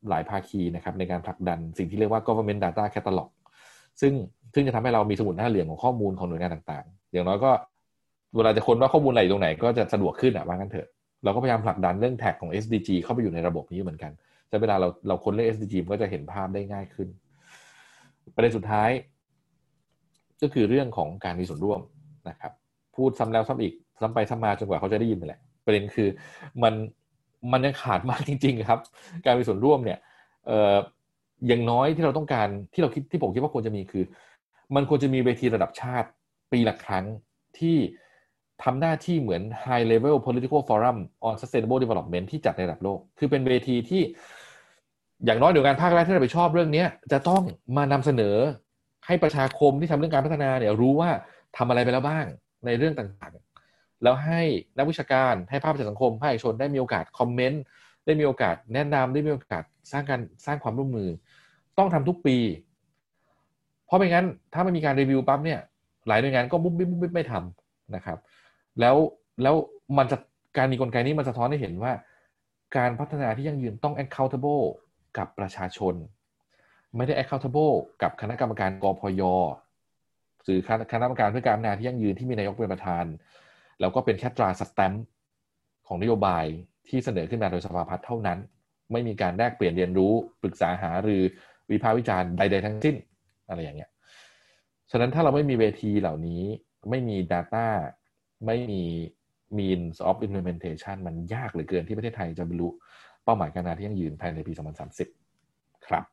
หลายภาคีนะครับในการผลักดันสิ่งที่เรียกว่า government data catalog ซึ่งจะทำให้เรามีสมุดหน้าเหลืองของข้อมูลของหน่วยงานต่างๆอย่างน้อยก็เวลาจะค้นว่าข้อมูลอะไรอยู่ตรงไหนก็จะสะดวกขึ้นว่างั้นเถอะเราก็พยายามผลักดันเรื่องแท็กของ SDG เข้าไปอยู่ในระบบนี้เหมือนกันแต่เวลาเราค้นเรื่อง SDG มันก็จะเห็นภาพได้ง่ายขึ้นประเด็นสุดท้ายก็คือเรื่องของการมีส่วนร่วมนะครับพูดซ้ำแล้วซ้ำอีกซ้ำไปซ้ำมาจนกว่าเขาจะได้ยินนั่นแหละประเด็นคือมันยังขาดมากจริงๆครับการมีส่วนร่วมเนี่ยอย่างน้อยที่เราต้องการที่ผมคิดว่าควรจะมีคือมันควรจะมีเวทีระดับชาติปีละครั้งที่ทำหน้าที่เหมือน High Level Political Forum on Sustainable Development ที่จัดในระดับโลกคือเป็นเวทีที่อย่างน้อยหน่วยงานภาครัฐที่รับผิดชอบเรื่องนี้จะต้องมานำเสนอให้ประชาคมที่ทำเรื่องการพัฒนาเนี่ยรู้ว่าทำอะไรไปแล้วบ้างในเรื่องต่างๆแล้วให้นักวิชาการให้ภาคประชาสังคมภาคเอกชนได้มีโอกาสคอมเมนต์ได้มีโอกาสแนะนำได้มีโอกาสสร้างความร่วมมือต้องทำทุกปีเพราะไม่งั้นถ้าไม่มีการรีวิวปั๊บเนี่ยหลายหน่วยงานก็บุ๊บบิ๊บไม่ทำนะครับแล้วมันจะการมีกลไกนี้มันสะท้อนให้เห็นว่าการพัฒนาที่ยั่งยืนต้อง accountable กับประชาชนไม่ได้ accountable กับคณะกรรมการกพย.หรือคณะกรรมการเพื่อการพัฒนาที่ยั่งยืนที่มีนายกเป็นประธานแล้วก็เป็นแค่ตราสแตมป์ของนโยบายที่เสนอขึ้นมาโดยสภาพัฒน์เท่านั้นไม่มีการแลกเปลี่ยนเรียนรู้ปรึกษาหารือวิพากษ์วิจารณ์ใดๆทั้งสิ้นอะไรอย่างเงี้ยฉะนั้นถ้าเราไม่มีเวทีเหล่านี้ไม่มี data ไม่มี means of implementation มันยากเหลือเกินที่ประเทศไทยจะบรรลุเป้าหมายการพัฒนาที่ยั่งยืนภายในปี2030ครับ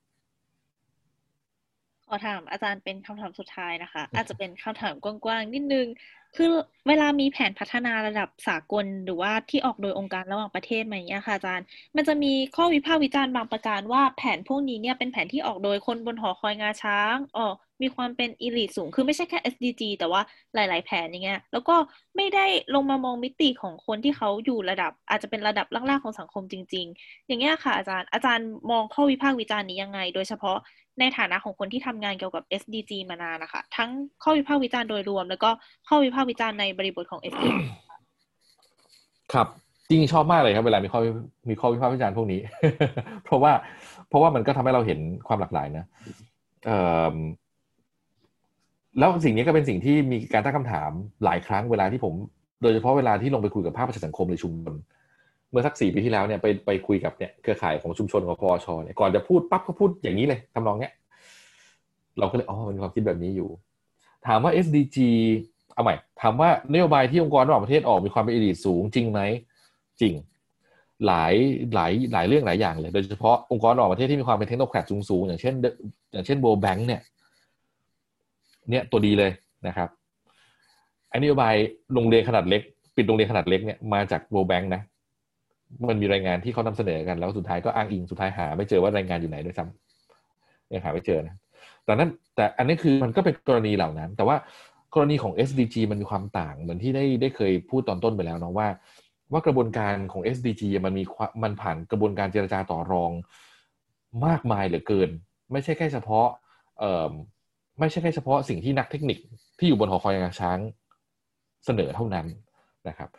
ขอถามอาจารย์เป็นคำถามสุดท้ายนะคะอาจจะเป็นคำถามกว้างๆนิดนึงคือเวลามีแผนพัฒนาระดับสากลหรือว่าที่ออกโดยองค์การระหว่างประเทศมาอย่างเงี้ยค่ะอาจารย์มันจะมีข้อวิพากษ์วิจารณ์บางประการว่าแผนพวกนี้เนี่ยเป็นแผนที่ออกโดยคนบนหอคอยงาช้างมีความเป็นอีลิทสูงคือไม่ใช่แค่ SDG แต่ว่าหลายๆแผนอย่างเงี้ยแล้วก็ไม่ได้ลงมามองมิติของคนที่เขาอยู่ระดับอาจจะเป็นระดับล่างๆของสังคมจริงๆอย่างเงี้ยค่ะอาจารย์มองข้อวิพากษ์วิจารณ์นี้ยังไงโดยเฉพาะในฐานะของคนที่ทำงานเกี่ยวกับ SDG มานานนะคะทั้งข้อวิพากษ์วิจารณ์โดยรวมแล้วก็ข้อวิพากษ์วิจารณ์ในบริบทของ SDG ครับจริงๆชอบมากเลยครับเวลามีข้อวิพากษ์วิจารณ์พวกนี้ เพราะว่ามันก็ทำให้เราเห็นความหลากหลายนะแล้วสิ่งนี้ก็เป็นสิ่งที่มีการตั้งคำถามหลายครั้งเวลาที่ผมโดยเฉพาะเวลาที่ลงไปคุยกับภาคประชาสังคมหรือชุมชนเมื่อสัก4 ปีที่แล้วเนี่ยไปคุยกับเนี่ยเครือข่ายของชุมชนของพอชเนี่ยก่อนจะพูดปั๊บก็พูดอย่างนี้เลยทำนองเนี้ยเราก็เลยมันมีความคิดแบบนี้อยู่ถามว่า SDG เอาใหม่ถามว่านโยบายที่องค์กรระหว่างประเทศออกมีความเป็นอีลิทสูงจริงไหมจริงหลายเรื่องหลายอย่างเลยโดยเฉพาะองค์กรระหว่างประเทศที่มีความเป็นเทคโนแครดสูงอย่างเช่น World Bank เนี่ยตัวดีเลยนะครับไอ้นโยบายโรงเรียนขนาดเล็กปิดโรงเรียนขนาดเล็กเนี่ยมาจาก World Bank นะมันมีรายงานที่เขานำเสนอกันแล้วสุดท้ายก็อ้างอิงสุดท้ายหาไม่เจอว่ารายงานอยู่ไหนด้วยซ้ำยังหาไม่เจอนะแต่อันนี้คือมันก็เป็นกรณีเหล่านั้นแต่ว่ากรณีของ SDG มันมีความต่างเหมือนที่ได้เคยพูดตอนต้นไปแล้วเนาะว่ากระบวนการของ SDG มันผ่านกระบวนการเจรจาต่อรองมากมายเหลือเกินไม่ใช่แค่เฉพาะสิ่งที่นักเทคนิคที่อยู่บนหอคอยงาช้างเสนอเท่านั้นนะครับ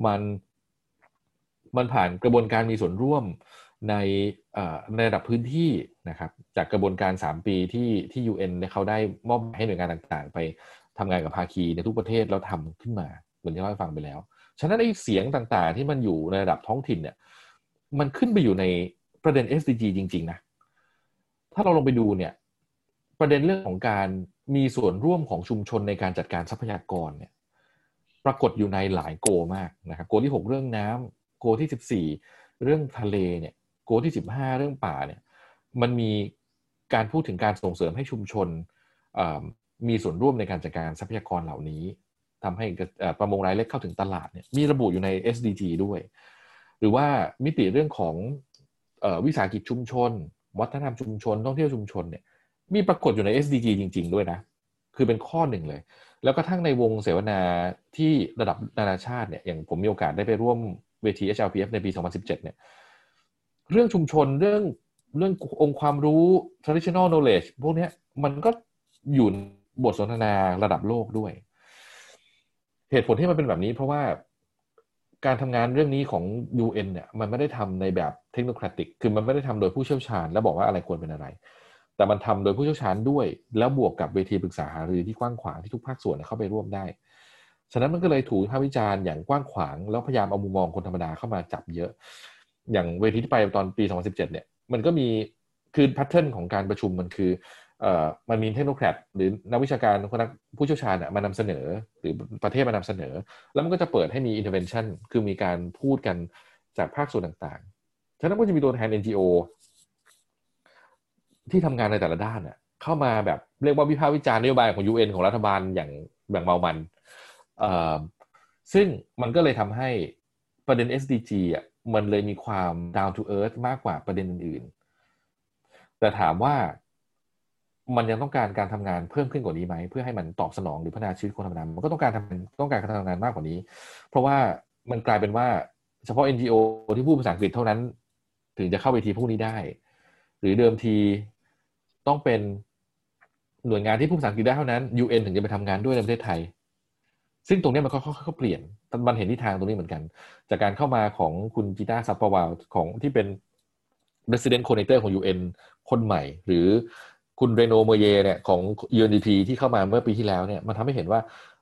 มันผ่านกระบวนการมีส่วนร่วมในระดับพื้นที่นะครับจากกระบวนการ3 ปีที่ UN เขาได้มอบให้หน่วยงานต่างๆไปทำงานกับภาคีในทุกประเทศแล้วทำขึ้นมาเหมือนที่เล่าให้ฟังไปแล้วฉะนั้นไอ้เสียงต่างๆที่มันอยู่ในระดับท้องถิ่นเนี่ยมันขึ้นไปอยู่ในประเด็น SDG จริงๆนะถ้าเราลงไปดูเนี่ยประเด็นเรื่องของการมีส่วนร่วมของชุมชนในการจัดการทรัพยากรเนี่ยปรากฏอยู่ในหลายโกมากนะครับโกที่6เรื่องน้ำโกที่14เรื่องทะเลเนี่ยโกที่15เรื่องป่าเนี่ยมันมีการพูดถึงการส่งเสริมให้ชุมชนมีส่วนร่วมในการจัดการทรัพยากรเหล่านี้ทำให้ประมงรายเล็กเข้าถึงตลาดเนี่ยมีระบุอยู่ใน SDG ด้วยหรือว่ามิติเรื่องของวิสาหกิจชุมชนวัฒนธรรมชุมชนท่องเที่ยวชุมชนเนี่ยมีปรากฏอยู่ใน SDG จริงๆด้วยนะคือเป็นข้อหนึ่งเลยแล้วก็ทั้งในวงเสวนาที่ระดับนานาชาติเนี่ยอย่างผมมีโอกาสได้ไปร่วมเวที HLPF ในปี2017เนี่ยเรื่องชุมชนเรื่ององค์ความรู้ traditional knowledge พวกนี้มันก็อยู่บทสนทนาระดับโลกด้วยเหตุผลที่มันเป็นแบบนี้เพราะว่าการทำงานเรื่องนี้ของ UN เนี่ยมันไม่ได้ทำในแบบเทคโนแครติกคือมันไม่ได้ทำโดยผู้เชี่ยวชาญแล้วบอกว่าอะไรควรเป็นอะไรแต่มันทำโดยผู้เชี่ยวชาญด้วยแล้วบวกกับเวทีปรึกษาหารือที่กว้างขวางที่ทุกภาคส่วนเข้าไปร่วมได้ฉะนั้นมันก็เลยถูกวิพากษ์วิจารณ์อย่างกว้างขวางแล้วพยายามเอามุมมองคนธรรมดาเข้ามาจับเยอะอย่างเวทีที่ไปตอนปี 2017 เนี่ยมันก็มีคือแพทเทิร์นของการประชุมมันคือมันมีเทคโนแครตหรือนักวิชาการผู้เชี่ยวชาญมานำเสนอหรือประเทศมานำเสนอแล้วมันก็จะเปิดให้มี intervention คือมีการพูดกันจากภาคส่วนต่างๆฉะนั้นก็จะมีตัวแทน NGO ที่ทำงานในแต่ละด้านเข้ามาแบบเรียกว่าวิพากษ์วิจารณ์นโยบายของ UN ของรัฐบาลอย่างเมามันซึ่งมันก็เลยทำให้ประเด็น SDG มันเลยมีความ down to earth มากกว่าประเด็นอื่นๆแต่ถามว่ามันยังต้องการการทำงานเพิ่มขึ้นกว่านี้ไหมเพื่อให้มันตอบสนองหรือพัฒนาชีวิตคนธรรมดามันก็ต้องการการทำงานมากกว่านี้เพราะว่ามันกลายเป็นว่าเฉพาะ NGO ที่พูดภาษาอังกฤษเท่านั้นถึงจะเข้าเวทีพวกนี้ได้หรือเดิมทีต้องเป็นหน่วยงานที่พูดภาษาอังกฤษได้เท่านั้น UN ถึงจะไปทำงานด้วยในประเทศไทยซึ่งตรงนี้มันก็ค่อยๆเปลี่ยนมันเห็นทิศทางตรงนี้เหมือนกันจากการเข้ามาของคุณจิต้าซับปาวาลของที่เป็น Resident Coordinator ของ UN คนใหม่หรือคุณเรโนเมเยเนี่ยของ UNDP ที่เข้ามาเมื่อปีที่แล้วเนี่ยมันทำให้เห็นว่า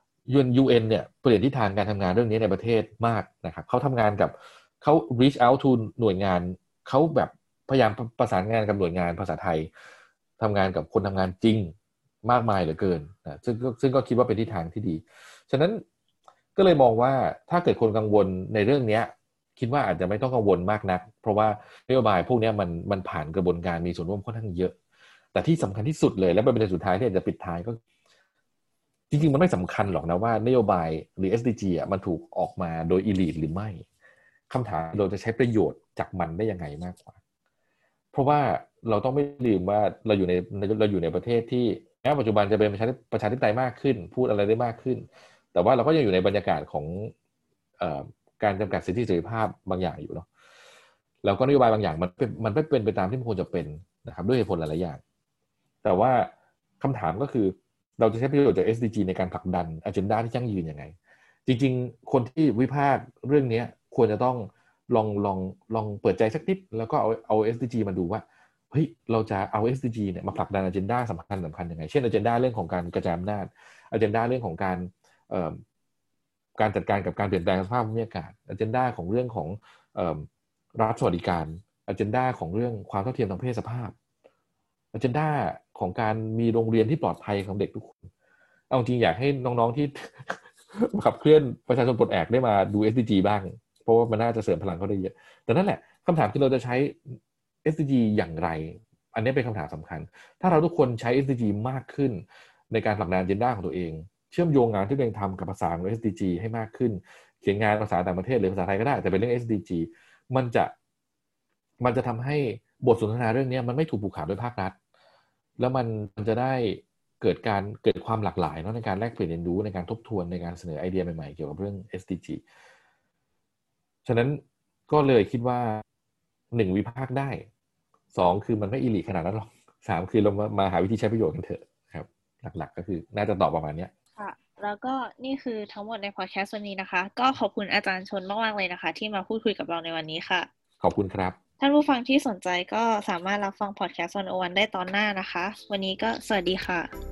UN เนี่ยเปลี่ยนทิศทางการทำงานเรื่องนี้ในประเทศมากนะครับเขาทำงานกับเขา reach out to หน่วยงานเขาแบบพยายามประสานงานกับหน่วยงานภาษาไทยทำงานกับคนทำงานจริงมากมายเหลือเกินนะซึ่งก็คิดว่าเป็นทิศทางที่ดีฉะนั้นก็เลยมองว่าถ้าเกิดคนกังวลในเรื่องนี้คิดว่าอาจจะไม่ต้องกังวลมากนักเพราะว่านโยบายพวกนี้มันผ่านกระบวนการมีส่วนร่วมค่อนข้างเยอะแต่ที่สำคัญที่สุดเลยและเป็นประเด็นสุดท้ายที่จะปิดท้ายก็จริงๆมันไม่สำคัญหรอกนะว่านโยบายหรือ SDG มันถูกออกมาโดยอีลีทหรือไม่คำถามเราจะใช้ประโยชน์จากมันได้ยังไงมากกว่าเพราะว่าเราต้องไม่ลืมว่าเราอยู่ในประเทศที่แม้ปัจจุบันจะเป็นประชาธิปไตยมากขึ้นพูดอะไรได้มากขึ้นแต่ว่าเราก็ยังอยู่ในบรรยากาศของการจำกัดสิทธิเสรีภาพบางอย่างอยู่เนาะแล้วก็นโยบายบางอย่างมันไม่เป็นไปตามที่มันควรจะเป็นนะครับด้วยเหตุผลหลายๆอย่างแต่ว่าคำถามก็คือเราจะใช้ประโยชน์จาก SDG ในการผลักดัน agenda ที่ยั่งยืนยังไงจริงๆคนที่วิพากษ์เรื่องนี้ควรจะต้องลองเปิดใจสักนิดแล้วก็เอา SDG มาดูว่าเฮ้ยเราจะเอา SDG เนี่ยมาผลักดัน agenda สำคัญยังไงเช่น agenda เรื่องของการกระจายอำนาจ agenda เรื่องของการจัดการกับการเปลี่ยนแปลงสภาพภูมิอากาศ agenda ของเรื่องของรัฐสวัสดิการ agenda ของเรื่องความเท่าเทียมทางเพศสภาพ agenda ของการมีโรงเรียนที่ปลอดภัยของเด็กทุกคนเอาจริงอยากให้น้องๆที่ ขับเคลื่อนประชาชนปลดแอกได้มาดู SDG บ้างเพราะว่ามันน่าจะเสริมพลังเขาได้เยอะแต่นั่นแหละคำถามคือเราจะใช้ SDG อย่างไรอันนี้เป็นคำถามสำคัญถ้าเราทุกคนใช้ SDG มากขึ้นในการผลักดัน agenda ของตัวเองเชื่อมโยงงานที่ตัวเองทำกับภาษาของ SDG ให้มากขึ้นเขียนงานภาษาต่างประเทศหรือภาษาไทยก็ได้แต่เป็นเรื่อง SDG มันจะทำให้บทสนทนาเรื่องนี้มันไม่ถูกผูกขาดด้วยภาครัฐแล้วมันจะได้เกิดความหลากหลายเนาะในการแลกเปลี่ยนเรียนรู้ในการทบทวนในการเสนอไอเดียใหม่ๆเกี่ยวกับเรื่อง SDG ฉะนั้นก็เลยคิดว่า1วิพากษ์ได้2คือมันไม่อีลีขนาดนั้นหรอก3คือเรามาหาวิธีใช้ประโยชน์กันเถอะครับหลักๆก็คือน่าจะตอบประมาณนี้ค่ะแล้วก็นี่คือทั้งหมดในพอดแคสต์วันนี้นะคะก็ขอบคุณอาจารย์ชนมากๆเลยนะคะที่มาพูดคุยกับเราในวันนี้ค่ะขอบคุณครับท่านผู้ฟังที่สนใจก็สามารถรับฟังพอดแคสต์101ได้ตอนหน้านะคะวันนี้ก็สวัสดีค่ะ